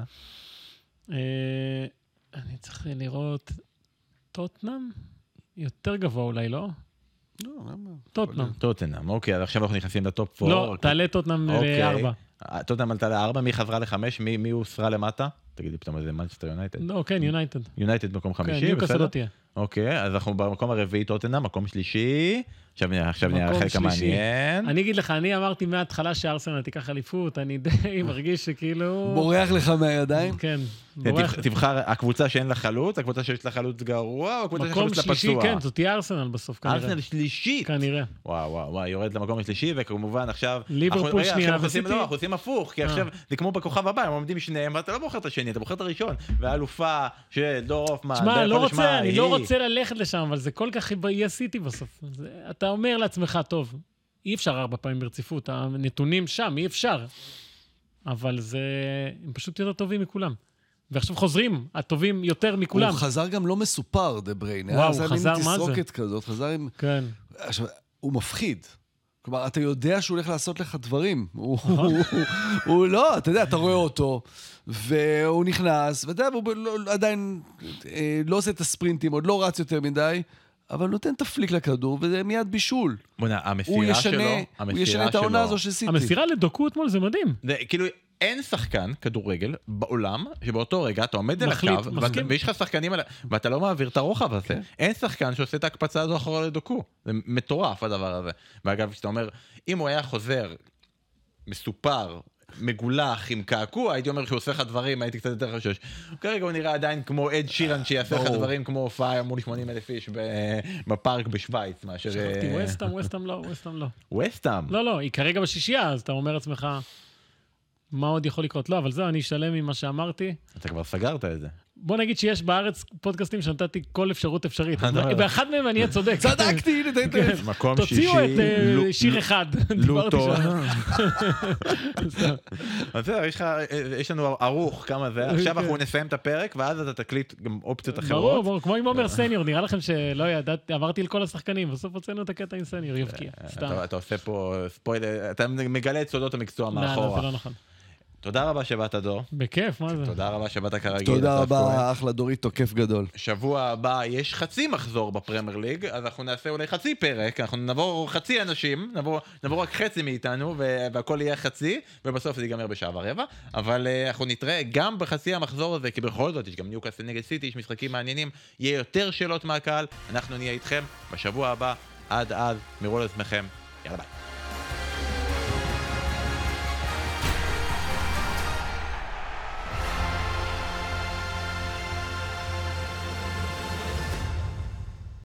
אני צריך לראות טוטנאם? יותר גבוה אולי, לא? לא, למה? טוטנאם, אוקיי, אז עכשיו אנחנו נכנסים לטופ 4. לא, תעלה טוטנאם ל-4. טוטנאם עלתה ל-4, מי חזרה ל-5, מי הוסרה למטה? תגידי פתאום איזה מנצ'סטר יונייטד. לא, כן, יונייטד. יונייטד מקום 5, כן, ניוקאסל לא תהיה. אוקיי, אז אנחנו במקום הרביעי טוטנהאם, מקום שלישי. עכשיו נראה החלק המעניין. אני אגיד לך, אני אמרתי מההתחלה שארסנל תיקח אליפות, אני די מרגיש שכאילו... בורח לך מהידיים? כן, בורח. תבחר הקבוצה שאין לה חלוץ, הקבוצה שיש לה חלוץ גרוע, או הקבוצה שיש לה פצוע? מקום שלישי, כן, זאת תהיה ארסנל בסוף כנראה. ארסנל שלישית? כנראה. וואו, יורד למקום השלישי, וכמובן עכשיו... ליברפול שנייה וסיטי. לא, אנחנו עושים הפוך, כי עכשיו זה כמו בכוכב הבא, הם עומדים שניהם, אתה לא בוחר את השני, אתה בוחר את הראשון. והאלופה של דור הופמן, תשמע, אני לא רוצה ללכת לשם, אבל זה כל כך יהיה סיטי בסוף. אתה אומר לעצמך, טוב, אי אפשר 4 פעמים ברציפות, הנתונים שם, אי אפשר. אבל הם פשוט יותר טובים מכולם. ועכשיו חוזרים, הטובים יותר מכולם. הוא חזר גם לא מסופר, דה בריין. וואו, הוא חזר מה זה? תסרוקת כזאת, חזר עם... כן. עכשיו, הוא מפחיד. כלומר, אתה יודע שהוא הולך לעשות לך דברים. הוא לא, אתה יודע, אתה רואה אותו, והוא נכנס, ואתה יודע, הוא עדיין לא עושה את הספרינטים, עוד לא רץ יותר מדי, אבל נותן תפליק לכדור, וזה מיד בישול. המסירה שלו... הוא ישנה את העונה הזו של סיטי. המסירה לדוקו אתמול זה מדהים. כאילו... אין שחקן כדורגל בעולם שבאותו רגע אתה עומד על הקו ויש לך שחקנים ואתה לא מעביר את הרוחב הזה. אין שחקן שעושה את ההקפצה הזו אחורה לדוקו. זה מטורף הדבר הזה. ואגב, שאתה אומר, אם הוא היה חוזר מסופר, מגולח עם קעקוע, הייתי אומר שהוא עושה לך דברים, הייתי קצת יותר חושש. כרגע הוא נראה עדיין כמו אד שירן שיעשה לך דברים כמו הופעה מול 80,000 איש בפארק בשוויץ, מאשר... שכחתי, ווסטהאם לא. ווסטהאם? לא, היא כרגע בשישייה, אז אתה אומר לעצמך... מה עוד יכול לקרות? לא, אבל זהו, אני אשלם ממה שאמרתי. אתה כבר סגרת את זה. בוא נגיד שיש בארץ פודקאסטים שנתתי כל אפשרות אפשרית. באחד מהם אני אהיה צודק. צדקתי, מקום שישי. תוציאו את שיר אחד. לוטו. אז זהו, יש לנו ערוך כמה זה. עכשיו אנחנו נסיים את הפרק, ואז אתה תקליט גם אופציות אחרות. ברור, כמו עם עומר סניור. נראה לכם שלא ידעתי, עברתי לכל השחקנים, בסוף הוצאנו את הקטע עם סניור, יבקיע. אתה עושה פה ספוילר, אתה מגלה את סודות המקצוע מאחורה. זה לא נכון. תודה רבה שבאת דור. בכיף, מה זה? תודה רבה שבאת כרגיל. תודה רבה, אחלה דורית, תוקף גדול. שבוע הבא יש חצי מחזור בפרמייר ליג, אז אנחנו נעשה אולי חצי פרק, אנחנו נעבור חצי אנשים, נעבור רק חצי מאיתנו, והכל יהיה חצי, ובסוף זה ייגמר בשעה ורבע, אבל אנחנו נתראה גם בחצי המחזור הזה, כי בכל זאת יש גם ניוקאסל נגד סיטי, יש משחקים מעניינים, יהיה יותר שאלות מהקהל, אנחנו נהיה איתכם בשבוע הבא, עד אז, מרו לעצמכם, יאללה ביי.